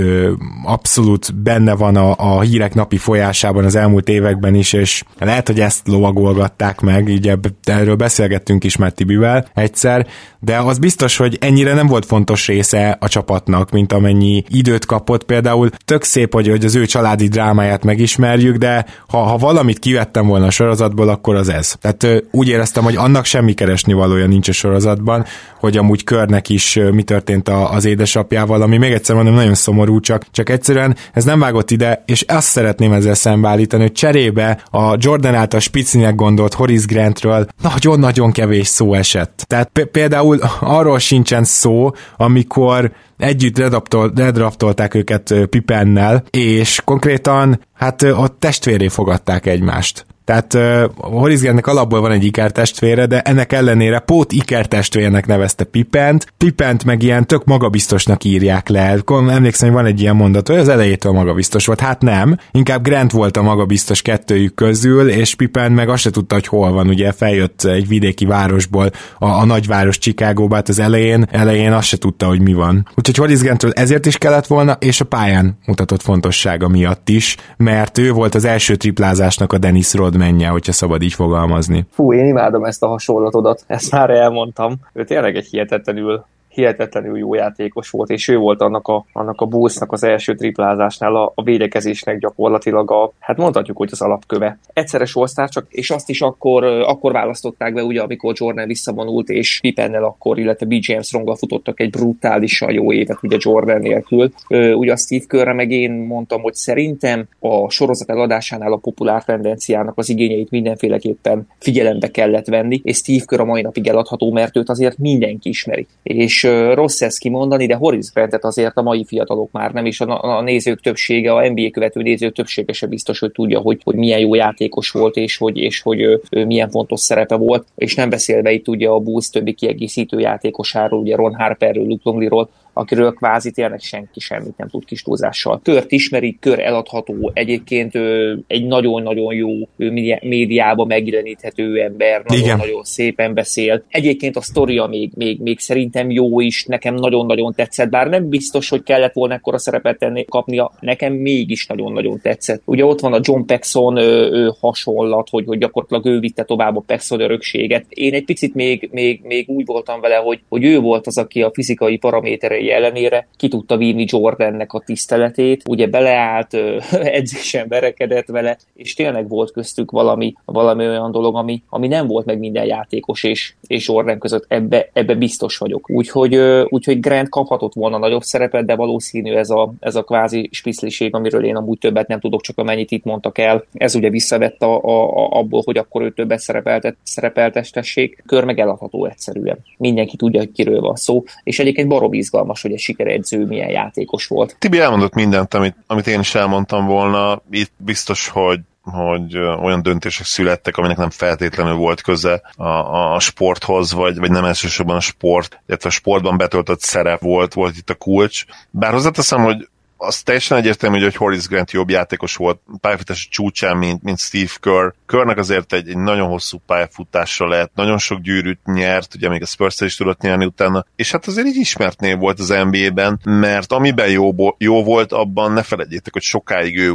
abszolút benne van a hírek napi folyásában az elmúlt években is, és lehet, hogy ezt lovagolgatták meg, így erről beszélgettünk is már Tibivel egyszer, de az biztos, hogy ennyire nem volt fontos része a csapatnak, mint amennyi időt kapott. Például tök szép, hogy az ő családi drámáját megismerjük, de ha valamit kivettem volna a sorozatból, akkor az ez. Tehát úgy éreztem, hogy annak semmi keresnivalója nincs a sorozatban, hogy amúgy Körnek is mi történt az édesapjával, ami még egyszer mondom, nagyon szomorú, csak egyszerűen ez nem vágott ide, és azt szeretném ezzel szembeállítani, hogy cserébe a Jordan által spicinek gondolt Horace Grantről nagyon-nagyon kevés szó esett. Tehát például arról sincsen szó, amikor együtt redraftolták őket Pippennel, és konkrétan ott testvéré fogadták egymást. Tehát Horace Grantnek alapból van egy ikertestvére, de ennek ellenére pót ikertestvérnek nevezte Pippent meg ilyen tök magabiztosnak írják le. Emlékszem, hogy van egy ilyen mondat, hogy az elejétől magabiztos volt. Hát nem, inkább Grant volt a magabiztos kettőjük közül, és Pippen meg azt se tudta, hogy hol van. Ugye feljött egy vidéki városból a nagyváros Chicagóba, hát az elején azt se tudta, hogy mi van. Úgyhogy Horace Grantről ezért is kellett volna, és a pályán mutatott fontossága miatt is, mert ő volt az első triplázásnak a Dennis Rodmanje, hogyha szabad így fogalmazni. Fú, én imádom ezt a hasonlatodat, ezt már elmondtam. Ő tényleg egy hihetetlenül jó játékos volt, és ő volt annak a Bullsnak az első triplázásnál a védekezésnek gyakorlatilag hát mondhatjuk, hogy az alapköve. Egyszeres all-star csak, és azt is akkor választották be, ugye, amikor Jordan visszavonult, és Pippennel illetve B.J. Armstronggal futottak egy brutálisan jó évet, ugye Jordan nélkül. Ugye a Steve Kerrre meg én mondtam, hogy szerintem a sorozat eladásánál a populár tendenciának az igényeit mindenféleképpen figyelembe kellett venni, és Steve Kerr a mai napig eladható, mert őt azért mindenki ismeri. És rossz ezt kimondani, de Horace Grantet azért a mai fiatalok már nem, és a nézők többsége, a NBA követő nézők többsége se biztos, hogy tudja, hogy milyen jó játékos volt, és hogy milyen fontos szerepe volt, és nem beszélve itt ugye a Bulls többi kiegészítő játékosáról, ugye Ron Harperről, Luke Longleyról, akiről kvázi tényleg senki semmit nem tud kis túlzással. Kört ismerik, Kör eladható, egyébként egy nagyon-nagyon jó médiában megjeleníthető ember, nagyon-nagyon szépen beszél. Egyébként a sztoria még szerintem jó is, nekem nagyon-nagyon tetszett, bár nem biztos, hogy kellett volna ekkora szerepet kapnia, nekem mégis nagyon-nagyon tetszett. Ugye ott van a John Paxson hasonlat, hogy gyakorlatilag ő vitte tovább a Paxson örökséget. Én egy picit még úgy voltam vele, hogy ő volt az, aki a fizikai paraméterei ellenére ki tudta vinni Jordannek a tiszteletét, ugye beleállt, edzésen verekedett vele, és tényleg volt köztük valami olyan dolog, ami nem volt meg minden játékos és Jordan között, ebbe biztos vagyok. Úgyhogy Grant kaphatott volna nagyobb szerepet, de valószínű ez a kvázi spicliség, amiről én amúgy többet nem tudok, csak amennyit itt mondtak el. Ez ugye visszavett abból, hogy akkor ő többet szerepeltessék. Kör meg eladható egyszerűen. Mindenki tudja, hogy kiről van szó, és egyébként baromi izgalmas, hogy egy sikeredző milyen játékos volt. Tibi elmondott mindent, amit én is elmondtam volna. Itt biztos, hogy olyan döntések születtek, aminek nem feltétlenül volt köze a sporthoz, vagy nem elsősorban a sport, illetve a sportban betöltött szerep volt itt a kulcs. Bár hozzáteszem, hogy az teljesen egyértelmű, hogy Horace Grant jobb játékos volt pályafutási csúcsán, mint Steve Kerr. Kerrnek azért egy nagyon hosszú pályafutása lett, nagyon sok gyűrűt nyert, ugye még a Spurs-tel is tudott nyerni utána, és hát azért egy ismert név volt az NBA-ben, mert amiben jó volt, abban ne felejtjétek, hogy sokáig ő volt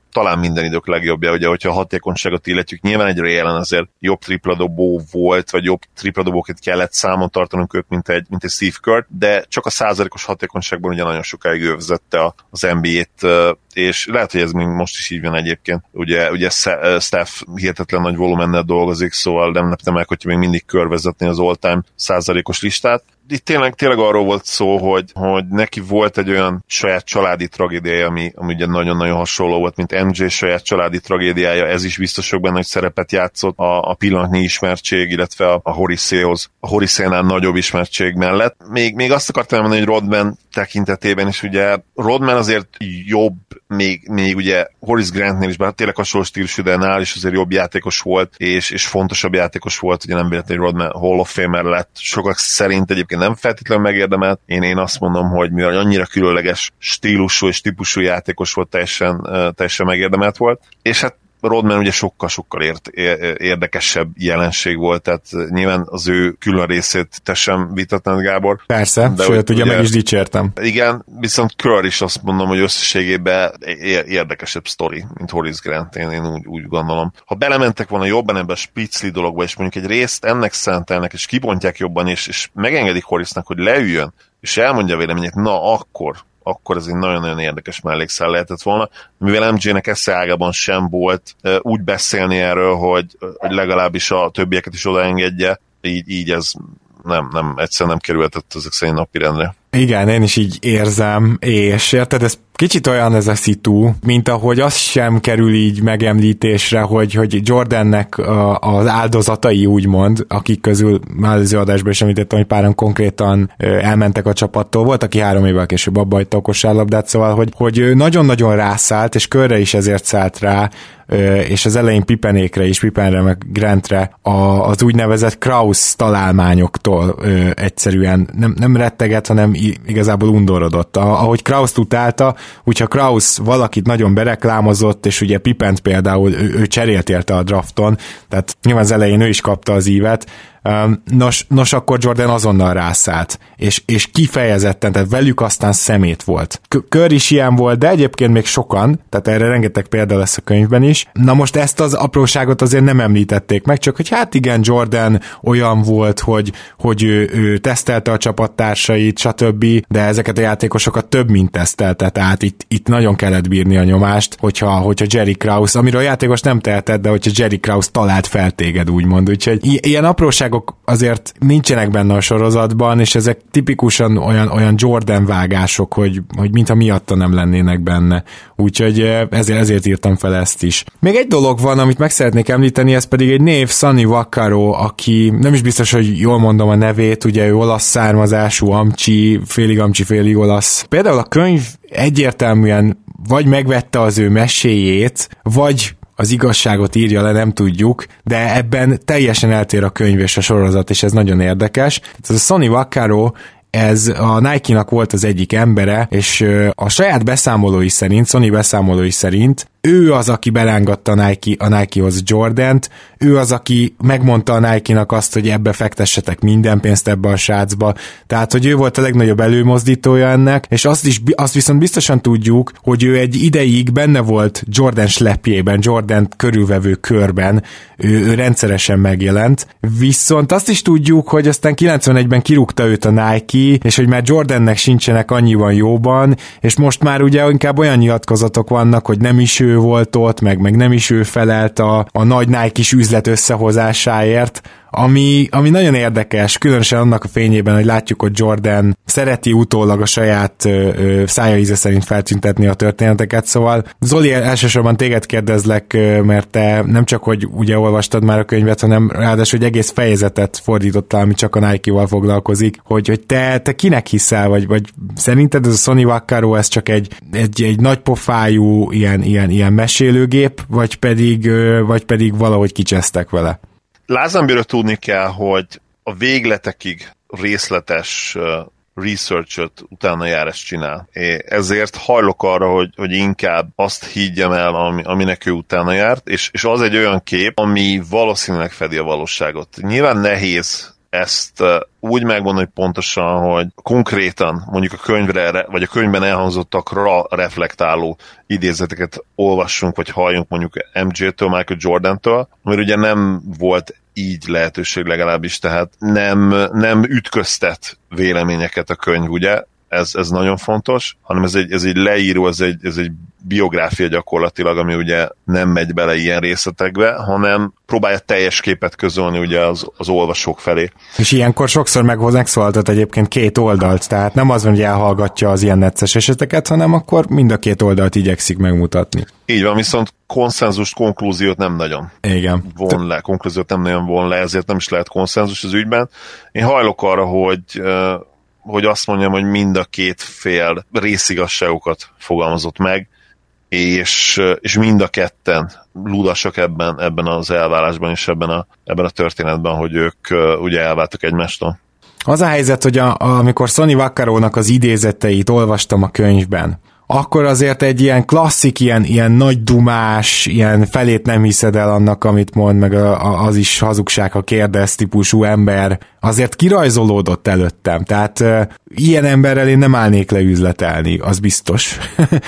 talán minden idők legjobbja, ugye, hogyha a hatékonyságot illetjük, nyilván egy Ray Allen azért jobb tripladobó volt, vagy jobb tripladobókat kellett számon tartanunk őt, mint egy Steve Kerr, de csak a százalékos hatékonyságban ugye nagyon sokáig ő vezette az NBA-t, és lehet, hogy ez még most is így van egyébként. Ugye Steph hihetetlen nagy volumennel dolgozik, szóval nem lepte meg, hogyha még mindig Kerr vezetné az all-time százalékos listát. Itt tényleg arról volt szó, hogy neki volt egy olyan saját családi tragédiája, ami ugye nagyon-nagyon hasonló volt, mint MJ saját családi tragédiája, ez is biztos benne, hogy szerepet játszott a pillanatnyi ismertség, illetve a Horace-nál nagyobb ismertség mellett. Még azt akartam mondani, hogy Rodman tekintetében is ugye Rodman azért jobb, még ugye Horace Grantnél is, bár tényleg hasonló stílusú, de nál is azért jobb játékos volt, és fontosabb játékos volt, ugye nem véletlenül Rodman Hall of Famer lett. Sokak szerint egyébként nem feltétlenül megérdemelt. Én azt mondom, hogy mivel annyira különleges stílusú és típusú játékos volt, teljesen megérdemelt volt. És hát Rodman ugye sokkal érdekesebb jelenség volt, tehát nyilván az ő külön részét te sem vitatnád, Gábor. Persze, de sőt, ugye meg is dicsértem. Igen, viszont Kerr is azt mondom, hogy összességében érdekesebb sztori, mint Horace Grant, én úgy gondolom. Ha belementek volna jobban ebbe a Spitzli dologba, és mondjuk egy részt ennek szentelnek, és kibontják jobban, és megengedik Horace-nak, hogy leüljön, és elmondja a véleményét, na akkor ez egy nagyon-nagyon érdekes mellékszál lehetett volna, mivel MJ-nek esze sem volt úgy beszélni erről, hogy legalábbis a többieket is odaengedje, így ez egyszerűen nem kerülhetett ezek szerint napirendre. Igen, én is így érzem, és érted, ez kicsit olyan ez a szitu, mint ahogy az sem kerül így megemlítésre, hogy Jordannek az áldozatai úgymond, akik közül már előző adásban is említettem, hogy páran konkrétan elmentek a csapattól, volt, aki 3 évvel később abba hagyta a kosárlabdát, szóval, hogy nagyon-nagyon rászállt, és Körre is ezért szállt rá, és az elején Pippenékre is, Pippenre meg Grantre az úgynevezett Krausz találmányoktól egyszerűen nem retteget, hanem igazából undorodott. Ahogy Krausz utálta, úgyha Krausz valakit nagyon bereklámozott, és ugye Pippent például ő cserélt érte a drafton, tehát nyilván az elején ő is kapta az ívet. Nos, akkor Jordan azonnal rászállt, és kifejezetten, tehát velük aztán szemét volt. Kerr is ilyen volt, de egyébként még sokan, tehát erre rengeteg példa lesz a könyvben is. Na most ezt az apróságot azért nem említették meg, csak hogy hát igen, Jordan olyan volt, hogy ő tesztelte a csapattársait, stb., de ezeket a játékosokat több mint tesztelte, tehát itt nagyon kellett bírni a nyomást, hogyha Jerry Krause, amiről a játékos nem tehetett, de hogyha Jerry Krause talált fel téged, úgymond. Úgyhogy ilyen apróságok azért nincsenek benne a sorozatban, és ezek tipikusan olyan Jordan vágások, hogy mintha miatta nem lennének benne. Úgyhogy ezért írtam fel ezt is. Még egy dolog van, amit meg szeretnék említeni, ez pedig egy név, Sonny Vaccaro, aki nem is biztos, hogy jól mondom a nevét, ugye ő olasz származású, félig olasz. Például a könyv egyértelműen vagy megvette az ő meséjét, vagy az igazságot írja le, nem tudjuk, de ebben teljesen eltér a könyv és a sorozat, és ez nagyon érdekes. Ez a Sonny Vaccaro, ez a Nike-nak volt az egyik embere, és a saját beszámolói szerint, Sonny beszámolói szerint ő az, aki belángatta a Nike-hoz Jordant, ő az, aki megmondta a Nike-nak azt, hogy ebbe fektessetek minden pénzt ebbe a srácba, tehát, hogy ő volt a legnagyobb előmozdítója ennek, és azt viszont biztosan tudjuk, hogy ő egy ideig benne volt Jordan slepjében, Jordan körülvevő körben, ő rendszeresen megjelent, viszont azt is tudjuk, hogy aztán 91-ben kirúgta őt a Nike, és hogy már Jordannek sincsenek annyiban jóban, és most már ugye inkább olyan nyilatkozatok vannak, hogy nem is ő volt ott, meg nem is ő felelt a nagy Nike-s üzlet összehozásáért, ami nagyon érdekes, különösen annak a fényében, hogy látjuk, hogy Jordan szereti utólag a saját szája íze szerint feltüntetni a történeteket, szóval Zoli, elsősorban téged kérdezlek, mert te nem csak, hogy ugye olvastad már a könyvet, hanem ráadásul, hogy egész fejezetet fordítottál, ami csak a Nike-val foglalkozik, hogy te kinek hiszel, vagy szerinted ez a Sonny Vaccaro, ez csak egy nagy pofájú ilyen mesélőgép, vagy pedig valahogy kicsesztek vele? Lázambőről tudni kell, hogy a végletekig részletes research-öt utána járás csinál. Ezért hajlok arra, hogy inkább azt higgyem el, aminek ő utána járt, és az egy olyan kép, ami valószínűleg fedi a valóságot. Nyilván nehéz ezt úgy megmondani pontosan, hogy konkrétan mondjuk a könyvre, vagy a könyvben elhangzottakra reflektáló idézeteket olvassunk, vagy halljunk mondjuk MJ-től, Michael Jordan-től, mert ugye nem volt így lehetőség legalábbis, tehát nem ütköztet véleményeket a könyv, ugye? Ez nagyon fontos, hanem ez egy leíró, ez egy biográfia gyakorlatilag, ami ugye nem megy bele ilyen részletekbe, hanem próbálja teljes képet közölni ugye az olvasók felé. És ilyenkor sokszor megszólaltat egyébként két oldalt, tehát nem az van, hogy elhallgatja az ilyen necces eseteket, hanem akkor mind a két oldalt igyekszik megmutatni. Így van, viszont konszenzust, konklúziót nem nagyon von le, konklúziót nem nagyon von le, ezért nem is lehet konszenzus az ügyben. Én hajlok arra, hogy azt mondjam, hogy mind a két fél részigazságokat fogalmazott meg, és mind a ketten ludasak ebben az elválásban és ebben a történetben, hogy ők ugye elváltak egymástól. Az a helyzet, hogy amikor Sonny Vaccarónak az idézeteit olvastam a könyvben, akkor azért egy ilyen klasszik, ilyen nagy dumás, ilyen felét nem hiszed el annak, amit mond, meg az is hazugság, ha kérdez típusú ember, azért kirajzolódott előttem. Tehát ilyen emberrel én nem állnék le üzletelni, az biztos.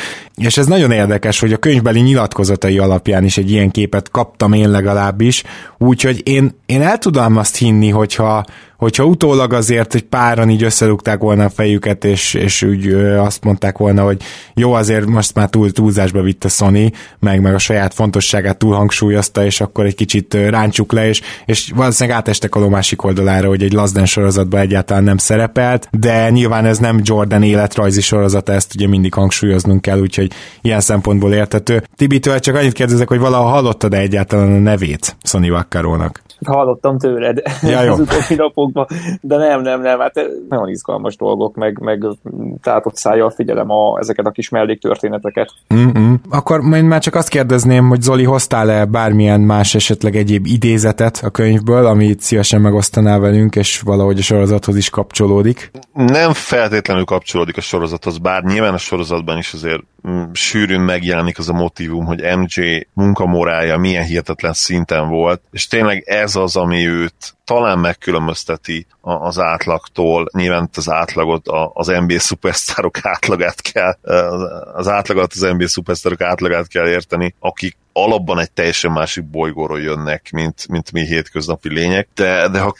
És ez nagyon érdekes, hogy a könyvbeli nyilatkozatai alapján is egy ilyen képet kaptam én legalábbis, úgyhogy én el tudom azt hinni, hogyha utólag azért egy páran így összerúgták volna a fejüket, és úgy azt mondták volna, hogy jó, azért most már túlzásba vitte Sony, meg a saját fontosságát túlhangsúlyozta, és akkor egy kicsit ráncsuk le, és valószínűleg átestek a másik oldalára, hogy egy Last Dance sorozatban egyáltalán nem szerepelt, de nyilván ez nem Jordan életrajzi sorozata, ezt ugye mindig hangsúlyoznunk kell, úgyhogy ilyen szempontból érthető. Tibitől csak annyit kérdezek, hogy valaha hallottad-e egyáltalán a nevét Sonny Vaccarónak? Hallottam tőled az utóbbi napokban, de nem, hát nagyon izgalmas dolgok, meg tátott szájjal figyelem ezeket a kis melléktörténeteket. Akkor én már csak azt kérdezném, hogy Zoli, hoztál-e bármilyen más esetleg egyéb idézetet a könyvből, amit szívesen megosztanál velünk, és valahogy a sorozathoz is kapcsolódik? Nem feltétlenül kapcsolódik a sorozathoz, bár nyilván a sorozatban is azért sűrűn megjelenik az a motívum, hogy MJ munkamorálja milyen hihetetlen szinten volt, és tényleg ez az, ami őt talán megkülönbözteti az átlagtól. Nyilván az átlagot, az NBA szupersztárok átlagát kell, az átlagot az NBA szupersztárok átlagát kell érteni, akik alapban egy teljesen másik bolygóról jönnek, mint mi hétköznapi lények, de ha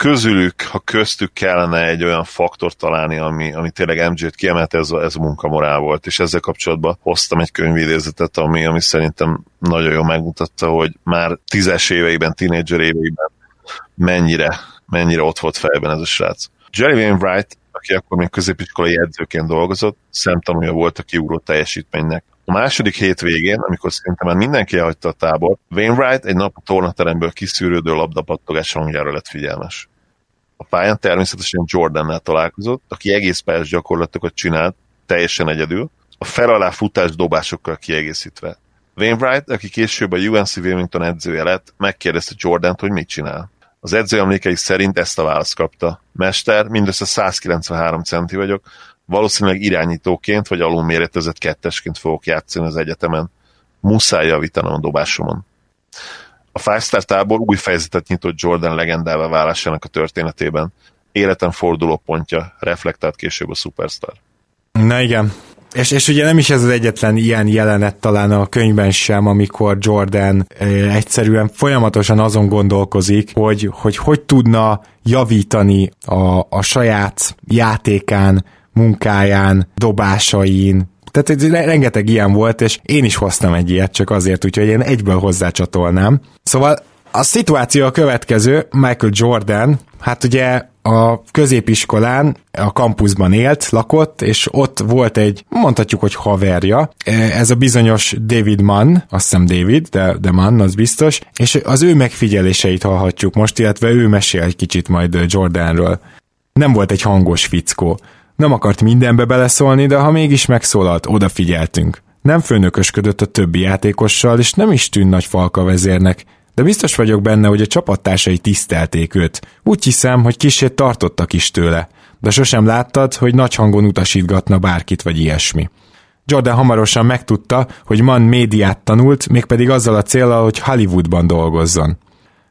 köztük kellene egy olyan faktort találni, ami tényleg MJ-t kiemelte, ez a munkamorál volt, és ezzel kapcsolatban hoztam egy könyvidézetet, ami szerintem nagyon jól megmutatta, hogy már 10-es éveiben, tínédzser éveiben mennyire ott volt fejben ez a srác. Jerry Wainwright, aki akkor még középiskolai edzőként dolgozott, szemtanúja volt a kiugró teljesítménynek. A második hétvégén, amikor szerintem már mindenki elhagyta a tábor, Wainwright egy nap a tornateremből kiszűrődő labdapattogás hangjára lett figyelmes. A pályán természetesen Jordannel találkozott, aki egész pályás gyakorlatokat csinált, teljesen egyedül, a fel alá futás dobásokkal kiegészítve. Wainwright, aki később a UNC Wilmington edzője lett, megkérdezte Jordant, hogy mit csinál. Az edző emlékei szerint ezt a választ kapta. Mester, mindössze 193 centi vagyok, valószínűleg irányítóként vagy alulméretezett kettesként fogok játszani az egyetemen. Muszáj javítanom a dobásomon. A Five Star tábor új fejezetet nyitott Jordan legendává válásának a történetében. Életem fordulópontja, reflektált később a Superstar. Na igen. És ugye nem is ez az egyetlen ilyen jelenet talán a könyvben sem, amikor Jordan egyszerűen folyamatosan azon gondolkozik, hogy tudna javítani a saját játékán, munkáján, dobásain. Tehát rengeteg ilyen volt, és én is hoztam egy ilyet, csak azért, úgyhogy én egyből hozzácsatolnám. Szóval a szituáció a következő, Michael Jordan, hát ugye a középiskolán, a kampuszban lakott, és ott volt egy, mondhatjuk, hogy haverja, ez a bizonyos David Mann, azt hiszem David, de Mann, az biztos, és az ő megfigyeléseit hallhatjuk most, illetve ő mesél egy kicsit majd Jordanről. Nem volt egy hangos fickó. Nem akart mindenbe beleszólni, de ha mégis megszólalt, odafigyeltünk. Nem főnökösködött a többi játékossal, és nem is tűnt nagy falka vezérnek, de biztos vagyok benne, hogy a csapattársai tisztelték őt. Úgy hiszem, hogy kissé tartottak is tőle, de sosem láttad, hogy nagy hangon utasítgatna bárkit vagy ilyesmi. Jordan hamarosan megtudta, hogy Mann médiát tanult, mégpedig azzal a céllal, hogy Hollywoodban dolgozzon.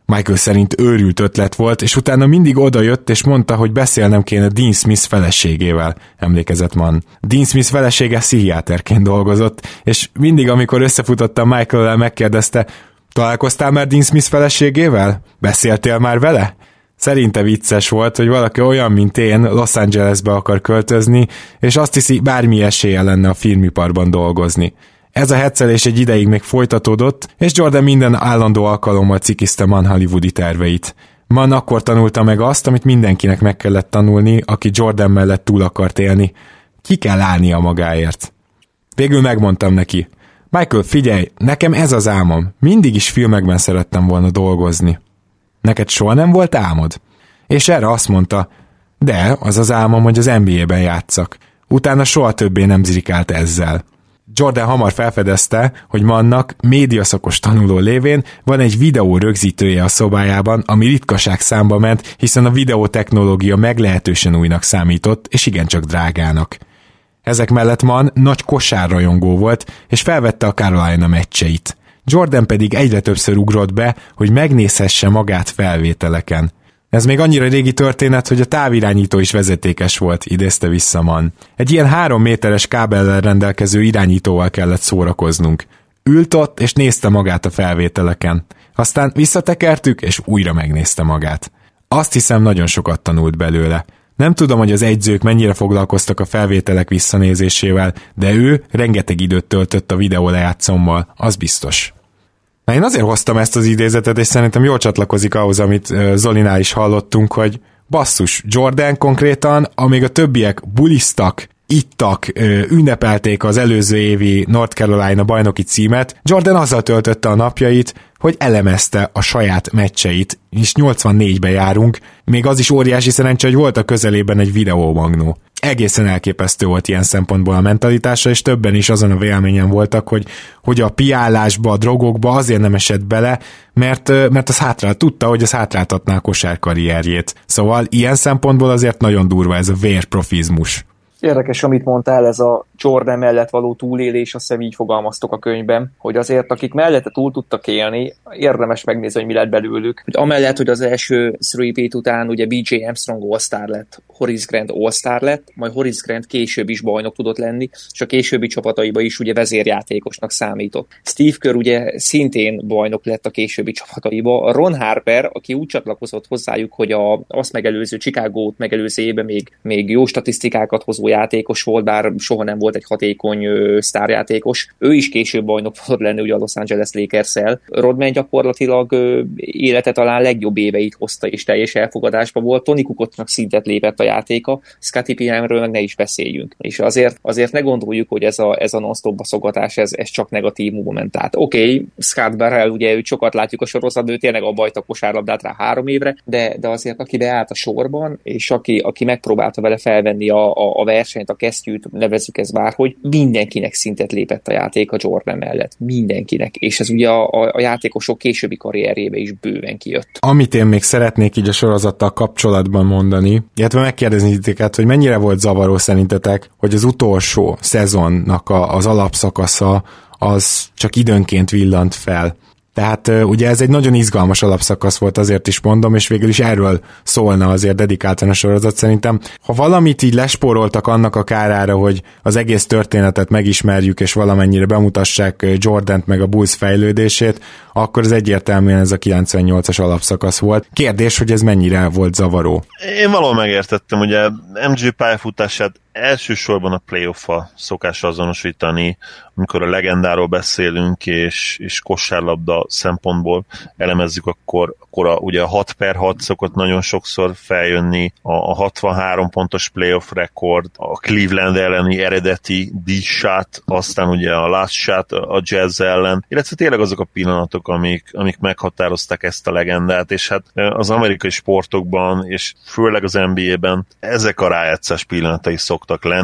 Michael szerint őrült ötlet volt, és utána mindig odajött, és mondta, hogy beszélnem kéne Dean Smith feleségével, emlékezett Mann. Dean Smith felesége pszichiáterként dolgozott, és mindig, amikor összefutottam Michael-lel, megkérdezte, találkoztál már Dean Smith feleségével? Beszéltél már vele? Szerinte vicces volt, hogy valaki olyan, mint én, Los Angelesbe akar költözni, és azt hiszi, bármi esélye lenne a filmiparban dolgozni. Ez a heccelés egy ideig még folytatódott, és Jordan minden állandó alkalommal cikizte Mann hollywoodi terveit. Mann akkor tanulta meg azt, amit mindenkinek meg kellett tanulni, aki Jordan mellett túl akart élni. Ki kell állnia magáért. Végül megmondtam neki, Michael, figyelj, nekem ez az álmom. Mindig is filmekben szerettem volna dolgozni. Neked soha nem volt álmod? És erre azt mondta, de az az álmom, hogy az NBA-ben játszak. Utána soha többé nem zirikált ezzel. Jordan hamar felfedezte, hogy Mannnak médiaszakos tanuló lévén van egy videó rögzítője a szobájában, ami ritkaság számba ment, hiszen a videótechnológia meglehetősen újnak számított, és igencsak drágának. Ezek mellett Mann nagy kosárrajongó volt, és felvette a Carolina meccseit. Jordan pedig egyre többször ugrott be, hogy megnézhesse magát felvételeken. Ez még annyira régi történet, hogy a távirányító is vezetékes volt, idézte vissza Mann. Egy ilyen 3 méteres kábellel rendelkező irányítóval kellett szórakoznunk. Ült ott, és nézte magát a felvételeken. Aztán visszatekertük, és újra megnézte magát. Azt hiszem, nagyon sokat tanult belőle. Nem tudom, hogy az edzők mennyire foglalkoztak a felvételek visszanézésével, de ő rengeteg időt töltött a videó lejátszommal, az biztos. Na, én azért hoztam ezt az idézetet, és szerintem jól csatlakozik ahhoz, amit Zolinál is hallottunk, hogy basszus, Jordan konkrétan, amíg a többiek buliztak, ittak, ünnepelték az előző évi North Carolina bajnoki címet, Jordan azzal töltötte a napjait, hogy elemezte a saját meccseit, és 84-ben járunk, még az is óriási szerencse, hogy volt a közelében egy videómagnó. Egészen elképesztő volt ilyen szempontból a mentalitása, és többen is azon a véleményen voltak, hogy a piálásba, a drogokba azért nem esett bele, mert az tudta, hogy az hátráltatná a kosárkarrierjét. Szóval ilyen szempontból azért nagyon durva ez a vérprofizmus. Érdekes, amit mondtál, ez a Jordan mellett való túlélés, azt hiszem így fogalmaztok a könyvben, hogy azért akik mellette túl tudtak élni, érdemes megnézni, hogy mi lett belőlük. Hogy amellett, hogy az első 3-peat után ugye B.J. Armstrong All-Star lett, Horace Grant All-Star lett, majd Horace Grant később is bajnok tudott lenni, és a későbbi csapataiba is ugye vezérjátékosnak számított. Steve Kerr ugye szintén bajnok lett a későbbi csapataiba. Ron Harper, aki úgy csatlakozott hozzájuk, hogy azt megelőző Chicagót megelőző évben még jó statisztikákat hozó játékos volt, bár soha nem volt egy hatékony sztárjátékos. Ő is később bajnok fog lenni ugye a Los Angeles Lakers-szel. Rodman gyakorlatilag élete talán legjobb éveit hozta, és teljes elfogadásban volt. Tony Kukocnak szintet lépett a játéka, Scottie Pienemről meg ne is beszéljünk. És azért ne gondoljuk, hogy ez a non-stop baszogatás, ez csak negatív momentát. Oké, Scott Barrell, ugye őt sokat látjuk a sorozatban, ő tényleg abba hagyta a kosárlabdát rá 3 évre, de azért aki beállt a sorban, és aki megpróbálta vele felvenni a versenyt, a kesztyűt, nevezzük ezt bárhogy, mindenkinek szintet lépett a játék a Jordan mellett. Mindenkinek. És ez ugye a játékosok későbbi karrierjébe is bőven kijött. Amit én még szeretnék így a sorozattal kapcsolatban mondani, illetve megkérdezni titeket, hogy mennyire volt zavaró szerintetek, hogy az utolsó szezonnak az alapszakasza az csak időnként villant fel. Tehát ugye ez egy nagyon izgalmas alapszakasz volt, azért is mondom, és végül is erről szólna azért dedikáltan a sorozat. Szerintem, ha valamit így lespóroltak annak a kárára, hogy az egész történetet megismerjük, és valamennyire bemutassák Jordant meg a Bulls fejlődését, akkor ez egyértelműen ez a 98-as alapszakasz volt. Kérdés, hogy ez mennyire volt zavaró. Én valahol megértettem, ugye MJ pályafutását elsősorban a playoff-a szokás azonosítani, amikor a legendáról beszélünk, és kosárlabda szempontból elemezzük, akkor ugye a 6/6 szokott nagyon sokszor feljönni, a 63 pontos playoff rekord, a Cleveland elleni eredeti D-shot, aztán ugye a last shot a Jazz ellen, illetve tényleg azok a pillanatok, amik meghatározták ezt a legendát, és hát az amerikai sportokban, és főleg az NBA-ben ezek a rájátszás pillanatai szoktak lenni.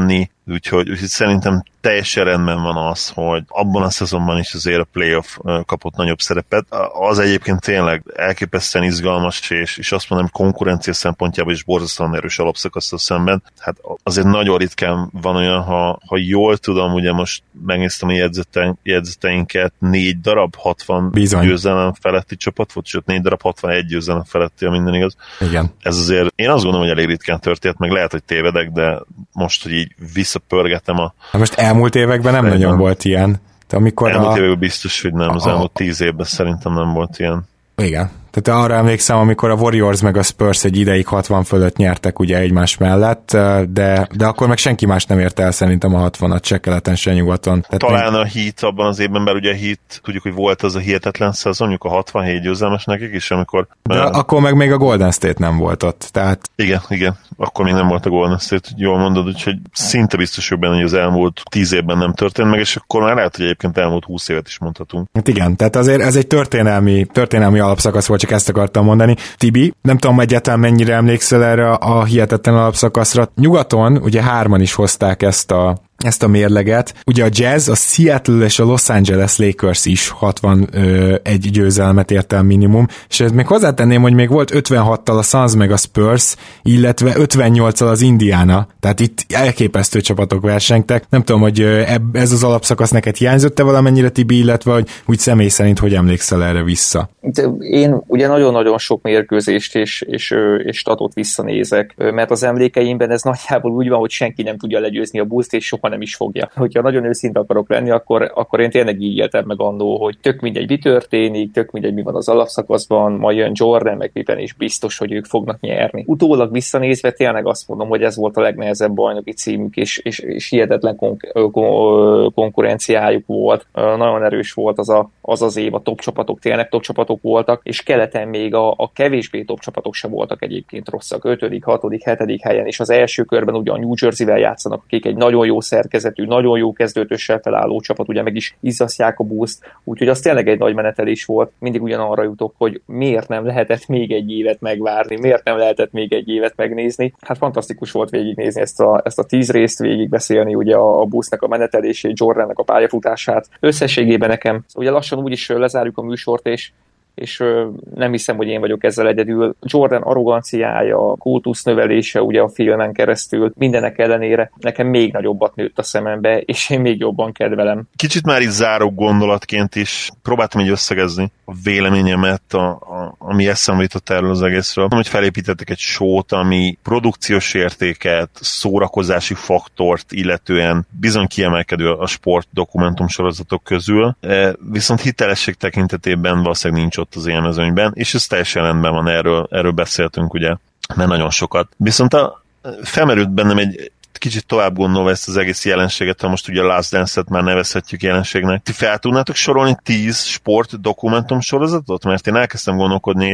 úgyhogy szerintem teljesen rendben van az, hogy abban a szezonban is azért a playoff kapott nagyobb szerepet. Az egyébként tényleg elképesztően izgalmas, és azt mondom, konkurencia szempontjából is borzasztóan erős alapszakasztól szemben. Hát azért nagyon ritkán van olyan, ha jól tudom, ugye most megnéztem a jegyzeteinket, 4 darab 60 győzelem feletti csapat volt, sőt 4 darab 61 győzelem feletti, a minden igaz. Igen. Ez azért, én azt gondolom, hogy elég ritkán történt, meg lehet, hogy tévedek, de most, hogy így visszapörgetem most elmúlt években nem nagyon volt ilyen. Elmúlt években biztos, hogy nem. Az elmúlt 10 évben szerintem nem volt ilyen. Igen. Tehát arra emlékszem, amikor a Warriors meg a Spurs egy ideig 60 fölött nyertek ugye egymás mellett, de akkor meg senki más nem érte el szerintem a 60-at, se keleten, se nyugaton. Tehát talán a Heat abban az évben, mert ugye a Heat, tudjuk, hogy volt az a hihetetlen szezonjuk, a 67 győzelmes nekik is, amikor... De akkor meg még a Golden State nem volt ott, tehát... Igen, akkor még nem volt a Golden State, jól mondod, úgyhogy szinte biztos, hogy az elmúlt 10 évben nem történt meg, és akkor már lehet, hogy egyébként elmúlt 20 évet is mondhatunk. Hát igen, tehát azért ez egy történelmi alapszakasz volt, csak ezt akartam mondani. Tibi, nem tudom egyáltalán mennyire emlékszel erre a hihetetlen alapszakaszra. Nyugaton ugye 3-an is hozták ezt a mérleget. Ugye a Jazz, a Seattle és a Los Angeles Lakers is 61 győzelmet ért el minimum, és még hozzátenném, hogy még volt 56-tal a Suns meg a Spurs, illetve 58-al az Indiana, tehát itt elképesztő csapatok versengtek. Nem tudom, hogy ez az alapszakasz neked hiányzott-e valamennyire, Tibi, illetve hogy úgy személy szerint hogy emlékszel erre vissza? Én ugye nagyon-nagyon sok mérkőzést és statot visszanézek, mert az emlékeimben ez nagyjából úgy van, hogy senki nem tudja legyőzni a Bulls-t, és soha nem is fogja. Hogyha nagyon őszinte akarok lenni, akkor én tényleg így éltem meg annó, hogy tök mindegy, mi történik, tök mindegy, mi van az alapszakaszban, majd jön Jordan, meg Pippen, és biztos, hogy ők fognak nyerni. Utólag visszanézve tényleg azt mondom, hogy ez volt a legnehezebb bajnoki címük, és hihetetlen konkurenciájuk volt. Nagyon erős volt az év, a top csapatok tényleg top csapatok voltak, és keleten még a kevésbé top csapatok sem voltak egyébként rosszak. 5., 6., 7. helyen, és az első körben ugye a New Jersey-vel játszanak, akik egy nagyon jó szerkezetű, nagyon jó kezdőtössel felálló csapat, ugye meg is izzasztják a Bulls-t, úgyhogy az tényleg egy nagy menetelés volt. Mindig ugyanarra jutok, hogy miért nem lehetett még egy évet megvárni, miért nem lehetett még egy évet megnézni. Hát fantasztikus volt végignézni ezt a 10 részt, végigbeszélni ugye a Bulls-nek a menetelését, Jordannek a pályafutását. Összességében nekem, ugye lassan úgyis lezárjuk a műsort, és nem hiszem, hogy én vagyok ezzel egyedül. Jordan arroganciája, kultusz növelése ugye a filmen keresztül, mindenek ellenére nekem még nagyobbat nőtt a szemembe, és én még jobban kedvelem. Kicsit már itt záró gondolatként is próbáltam így összegezni a véleményemet, ami eszembe jutott erről az egészről. Hogy felépítettek egy sót, ami produkciós értéket, szórakozási faktort illetően bizony kiemelkedő a sport dokumentum sorozatok közül, viszont hitelesség tekintetében valószínűleg nincs ott az élmezőnyben, és ez teljesen rendben van, erről beszéltünk ugye, mert nagyon sokat. Viszont felmerült bennem egy kicsit tovább gondolva ezt az egész jelenséget, ha most ugye a Last Dance-et már nevezhetjük jelenségnek. Ti fel tudnátok sorolni 10 sport dokumentum sorozatot? Mert én elkezdtem gondolkodni,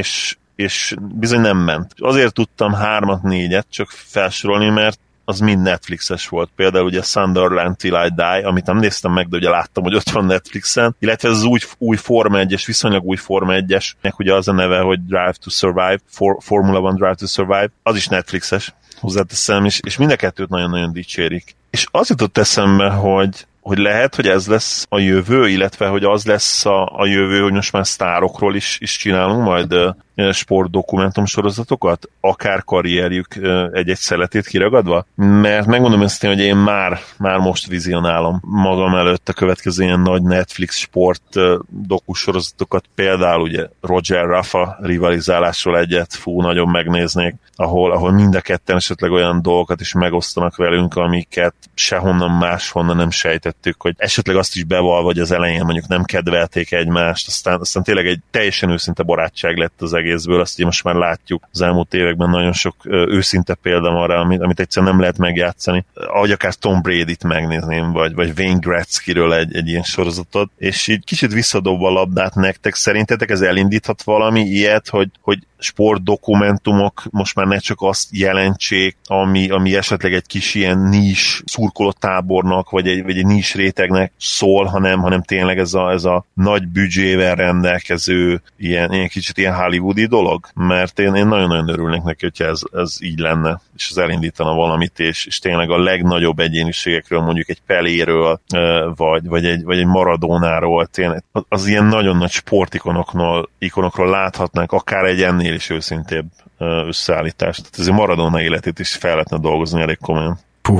és bizony nem ment. Azért tudtam 3-4 csak felsorolni, mert az mind Netflixes volt. Például ugye Sunderland Till I Die, amit nem néztem meg, de ugye láttam, hogy ott van Netflixen. Illetve ez az új Forma 1-es, viszonylag új Forma 1-esnek ugye az a neve, hogy Drive to Survive, Formula 1 Drive to Survive, az is Netflixes, hozzáteszem, és mind a kettőt nagyon-nagyon dicsérik. És az jutott eszembe, hogy lehet, hogy ez lesz a jövő, illetve hogy az lesz a jövő, hogy most már sztárokról is csinálunk majd sportdokumentum sorozatokat, akár karrierjük egy-egy szeletét kiragadva, mert megmondom ezt, hogy én már most vizionálom magam előtt a következő ilyen nagy Netflix sport dokusorozatokat, például ugye Roger Rafa rivalizálásról egyet, nagyon megnéznék, ahol mind a ketten esetleg olyan dolgokat is megosztanak velünk, amiket sehonnan máshonnan nem sejtettük, hogy esetleg azt is bevalva, hogy az elején mondjuk nem kedvelték egymást, aztán tényleg egy teljesen őszinte barátság lett az egészből, azt így most már látjuk az elmúlt években nagyon sok őszinte példa van rá, amit egyszerűen nem lehet megjátszani. Ahogy akár Tom Brady-t megnézném, vagy Wayne Gretzkyről egy ilyen sorozatot, és így kicsit visszadobva a labdát nektek, szerintetek ez elindíthat valami ilyet, hogy sportdokumentumok most már ne csak azt jelentsék, ami esetleg egy kis ilyen nis szurkolótábornak, vagy egy nis rétegnek szól, hanem tényleg ez a nagy büdzsével rendelkező, ilyen kicsit ilyen Hollywood hollywoodi dolog? Mert én nagyon-nagyon örülnék neki, hogyha ez így lenne, és ez elindítana valamit, és tényleg a legnagyobb egyéniségekről, mondjuk egy Peléről, vagy egy Maradónáról, tényleg az ilyen nagyon nagy sportikonokról láthatnánk akár egy ennél is őszintébb összeállítást. Tehát ez a Maradona életét is fel lehetne dolgozni elég komolyan.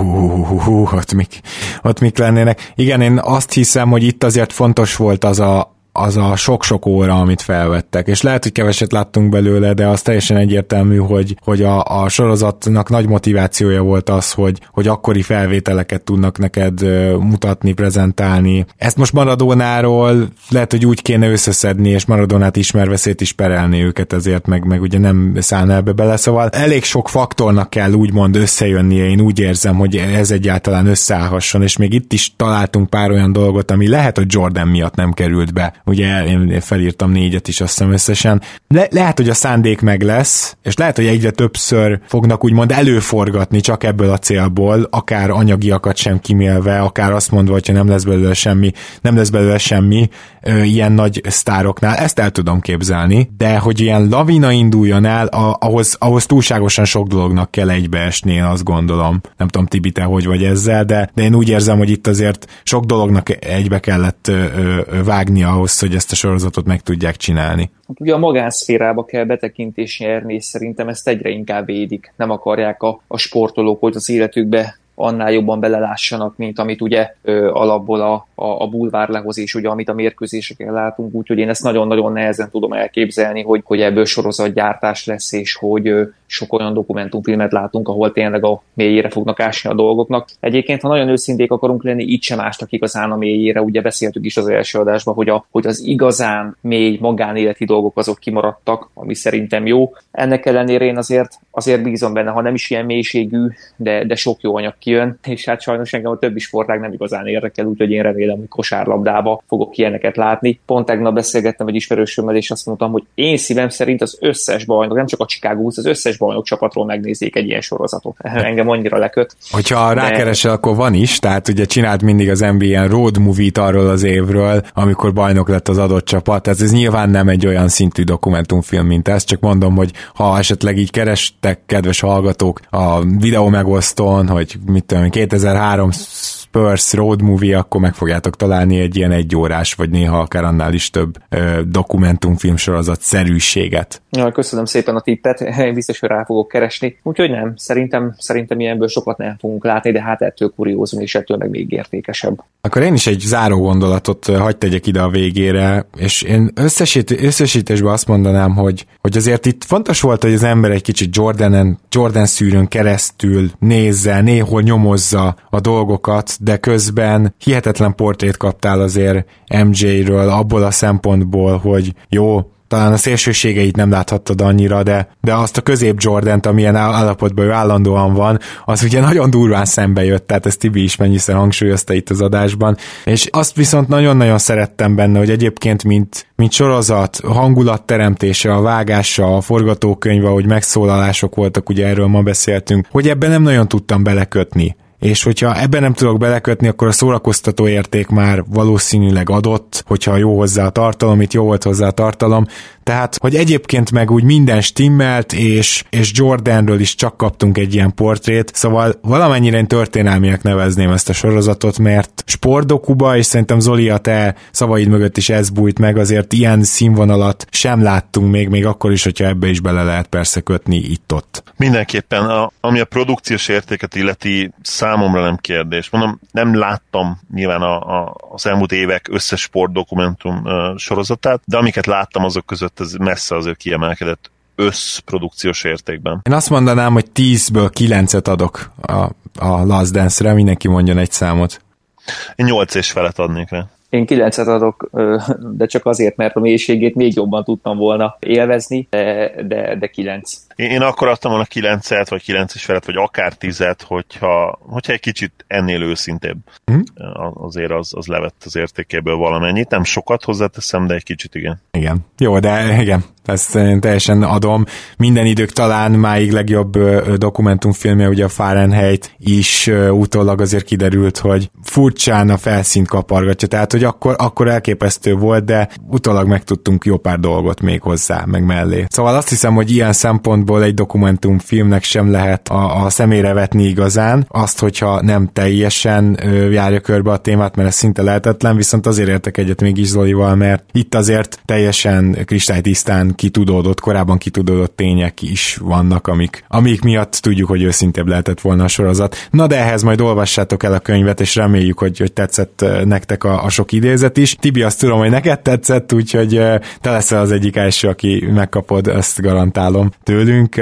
Ott mik lennének. Igen, én azt hiszem, hogy itt azért fontos volt az a sok-sok óra, amit felvettek, és lehet, hogy keveset láttunk belőle, de az teljesen egyértelmű, hogy a sorozatnak nagy motivációja volt az, hogy akkori felvételeket tudnak neked mutatni, prezentálni. Ezt most Maradónáról lehet, hogy úgy kéne összeszedni, és Maradónát ismerve szét is perelni őket, ezért meg ugye nem szállna ebbe bele, szóval elég sok faktornak kell úgymond összejönnie, én úgy érzem, hogy ez egyáltalán összeállhasson, és még itt is találtunk pár olyan dolgot, ami lehet, hogy Jordan miatt nem került be. Ugye én felírtam 4 is, azt hiszem összesen. Lehet, hogy a szándék meg lesz, és lehet, hogy egyre többször fognak úgymond előforgatni csak ebből a célból, akár anyagiakat sem kimélve, akár azt mondva, hogyha nem lesz belőle semmi ilyen nagy sztároknál. Ezt el tudom képzelni, de hogy ilyen lavina induljon el, ahhoz túlságosan sok dolognak kell egybeesni, én azt gondolom. Nem tudom, Tibi, te hogy vagy ezzel, de én úgy érzem, hogy itt azért sok dolognak egybe kellett vágni ahhoz, hogy ezt a sorozatot meg tudják csinálni. Ugye a magánszférába kell betekintést nyerni, és szerintem ezt egyre inkább védik. Nem akarják a sportolók, hogy az életükbe annál jobban belelássanak, mint amit ugye alapból a bulvár lehoz, és ugye amit a mérkőzéseken látunk, úgyhogy én ezt nagyon-nagyon nehezen tudom elképzelni, hogy ebből sorozatgyártás lesz, és hogy sok olyan dokumentumfilmet látunk, ahol tényleg a mélyére fognak ásni a dolgoknak. Egyébként, ha nagyon őszinték akarunk lenni, itt sem ástak igazán a mélyére, ugye beszéltük is az első adásban, hogy az igazán mély magánéleti dolgok azok kimaradtak, ami szerintem jó. Ennek ellenére én azért bízom benne, ha nem is ilyen mélységű, de sok jó anyag kijön, és hát sajnos engem a többi sportág nem igazán érdekel, úgyhogy én remélem, hogy kosárlabdába fogok ilyeneket látni. Pont tegnap beszélgettem egy ismerősömmel, és azt mondtam, hogy én szívem szerint az összes bajnok, nem csak a Chicago Bulls, az összes bajnok csapatról megnézzék egy ilyen sorozatot. Engem annyira leköt. Hogyha rákeresel, akkor van is, tehát ugye csinált mindig az NBA-en road movie-t arról az évről, amikor bajnok lett az adott csapat, tehát ez nyilván nem egy olyan szintű dokumentumfilm, mint ez, csak mondom, hogy ha esetleg így kerestek, kedves hallgatók, a videó megosztón, hogy mit tudom, 2003 Spurs road movie, akkor meg fogjátok találni egy ilyen 1 órás, vagy néha akár annál is több dokumentumfilm sorozat szerűséget. Ja, köszönöm szépen a tippet, én biztos, hogy rá fogok keresni. Úgyhogy nem, szerintem ilyenből sokat nem fogunk látni, de hát ettől kuriózum, és ettől meg még értékesebb. Akkor én is egy záró gondolatot hadd tegyek ide a végére, és én összesítésben azt mondanám, hogy azért itt fontos volt, hogy az ember egy kicsit Jordan szűrőn keresztül nézze, néhol nyomozza a dolgokat, de közben hihetetlen portrét kaptál azért MJ-ről abból a szempontból, hogy jó, talán a szélsőségeit nem láthattad annyira, de azt a közép Jordant, amilyen állapotban ő állandóan van, az ugye nagyon durván szembe jött, tehát ezt Tibi is mennyiszer hangsúlyozta itt az adásban, és azt viszont nagyon-nagyon szerettem benne, hogy egyébként mint sorozat, hangulatteremtése, a vágása, a forgatókönyve, hogy megszólalások voltak, ugye erről ma beszéltünk, hogy ebben nem nagyon tudtam belekötni. És hogyha ebben nem tudok belekötni, akkor a szórakoztató érték már valószínűleg adott, hogyha jó hozzá a tartalom, itt jó volt hozzá a tartalom, tehát, hogy egyébként meg úgy minden stimmelt, és Jordanről is csak kaptunk egy ilyen portrét, szóval valamennyire én történelminek nevezném ezt a sorozatot, mert sportdokuba, és szerintem Zoli, a te szavaid mögött is ez bújt meg, azért ilyen színvonalat sem láttunk még akkor is, hogyha ebbe is bele lehet persze kötni itt-ott. Mindenképpen, ami a produkciós értéket illeti, számomra nem kérdés. Mondom, nem láttam nyilván az elmúlt évek összes sportdokumentum sorozatát, de amiket láttam azok között, ez messze azért kiemelkedett összprodukciós értékben. Én azt mondanám, hogy 10-ből 9-et adok a Last Dance-re, mindenki mondjon egy számot. Én 8 és felet adnék rá. Én 9-et adok, de csak azért, mert a mélységét még jobban tudtam volna élvezni, de 9. Én akkor adtam volna 9-et, vagy 9 és felett, vagy akár 10-et, hogyha egy kicsit ennél őszintébb. Azért az levett az értékéből valamennyit. Nem sokat hozzáteszem, de egy kicsit igen. Igen. Jó, de igen, ezt én teljesen adom. Minden idők talán máig legjobb dokumentumfilmje, ugye a Fahrenheit is utólag azért kiderült, hogy furcsán a felszínt kapargatja, tehát hogy akkor elképesztő volt, de utólag megtudtunk jó pár dolgot még hozzá, meg mellé. Szóval azt hiszem, hogy ilyen szempontból egy dokumentumfilmnek sem lehet a szemére vetni igazán, azt, hogyha nem teljesen járja körbe a témát, mert ez szinte lehetetlen, viszont azért értek egyet mégis Zolival, mert itt azért teljesen kristálytisztán korábban kitudódott tények is vannak, amik miatt tudjuk, hogy őszintébb lehetett volna a sorozat. Na de ehhez majd olvassátok el a könyvet, és reméljük, hogy tetszett nektek a sok idézet is. Tibi, azt tudom, hogy neked tetszett, úgyhogy te leszel az egyik első, aki megkapod, ezt garantálom tőlünk,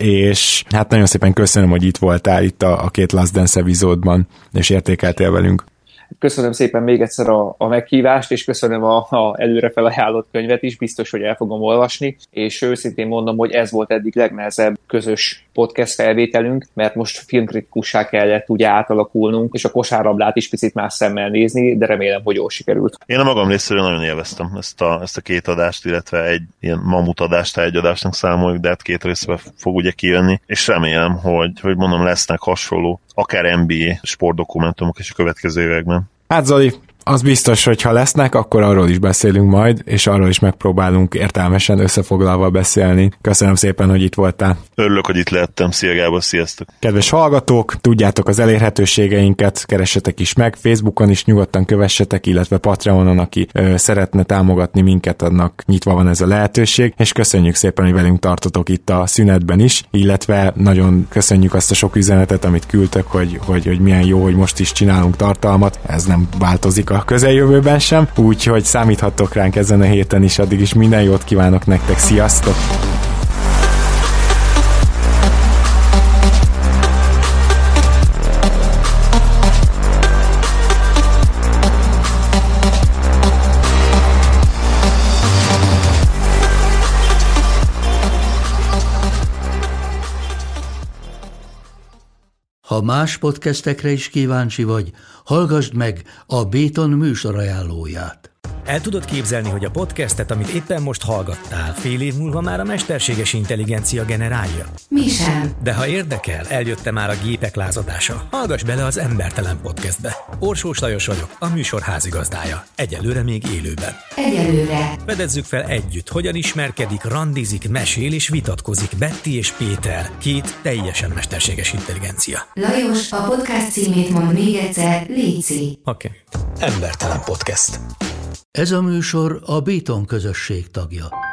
és hát nagyon szépen köszönöm, hogy itt voltál itt a két Last Dance epizódban, és értékeltél velünk. Köszönöm szépen még egyszer a meghívást, és köszönöm a előre felajánlott könyvet is, biztos, hogy el fogom olvasni, és őszintén mondom, hogy ez volt eddig legnehezebb közös podcast felvételünk, mert most filmkritikussá kellett ugye átalakulnunk, és a kosárlabdát is picit más szemmel nézni, de remélem, hogy jól sikerült. Én a magam részéről nagyon élveztem ezt a két adást, illetve egy ilyen mamut adást, egy adásnak számoljuk, de hát 2 részben fog ugye kijönni, és remélem, hogy mondom, lesznek hasonló, akár NBA sportdokumentumok is a következő években. Hát Zoli, az biztos, hogy ha lesznek, akkor arról is beszélünk majd, és arról is megpróbálunk értelmesen összefoglalva beszélni. Köszönöm szépen, hogy itt voltál. Örülök, hogy itt lehettem. Szia Gábor, sziasztok! Kedves hallgatók, tudjátok az elérhetőségeinket, keressetek is meg, Facebookon is nyugodtan kövessetek, illetve Patreonon, aki szeretne támogatni minket, annak nyitva van ez a lehetőség, és köszönjük szépen, hogy velünk tartotok itt a szünetben is, illetve nagyon köszönjük azt a sok üzenetet, amit küldtök, hogy milyen jó, hogy most is csinálunk tartalmat, ez nem változik a közeljövőben sem, úgyhogy számíthattok ránk ezen a héten is, addig is minden jót kívánok nektek, sziasztok! Ha más podcastekre is kíváncsi vagy, hallgassd meg a Béton műsor ajánlóját. El tudod képzelni, hogy a podcastet, amit éppen most hallgattál, fél év múlva már a mesterséges intelligencia generálja? Mi sem. De ha érdekel, eljött már a gépek lázadása. Hallgass bele az Embertelen Podcastbe. Orsós Lajos vagyok, a műsor házigazdája. Egyelőre még élőben. Egyelőre. Fedezzük fel együtt, hogyan ismerkedik, randizik, mesél és vitatkozik Betty és Péter, 2 teljesen mesterséges intelligencia. Lajos, a podcast címét mond még egyszer, léci. Oké. Embertelen Podcast. Ez a műsor a Béton közösség tagja.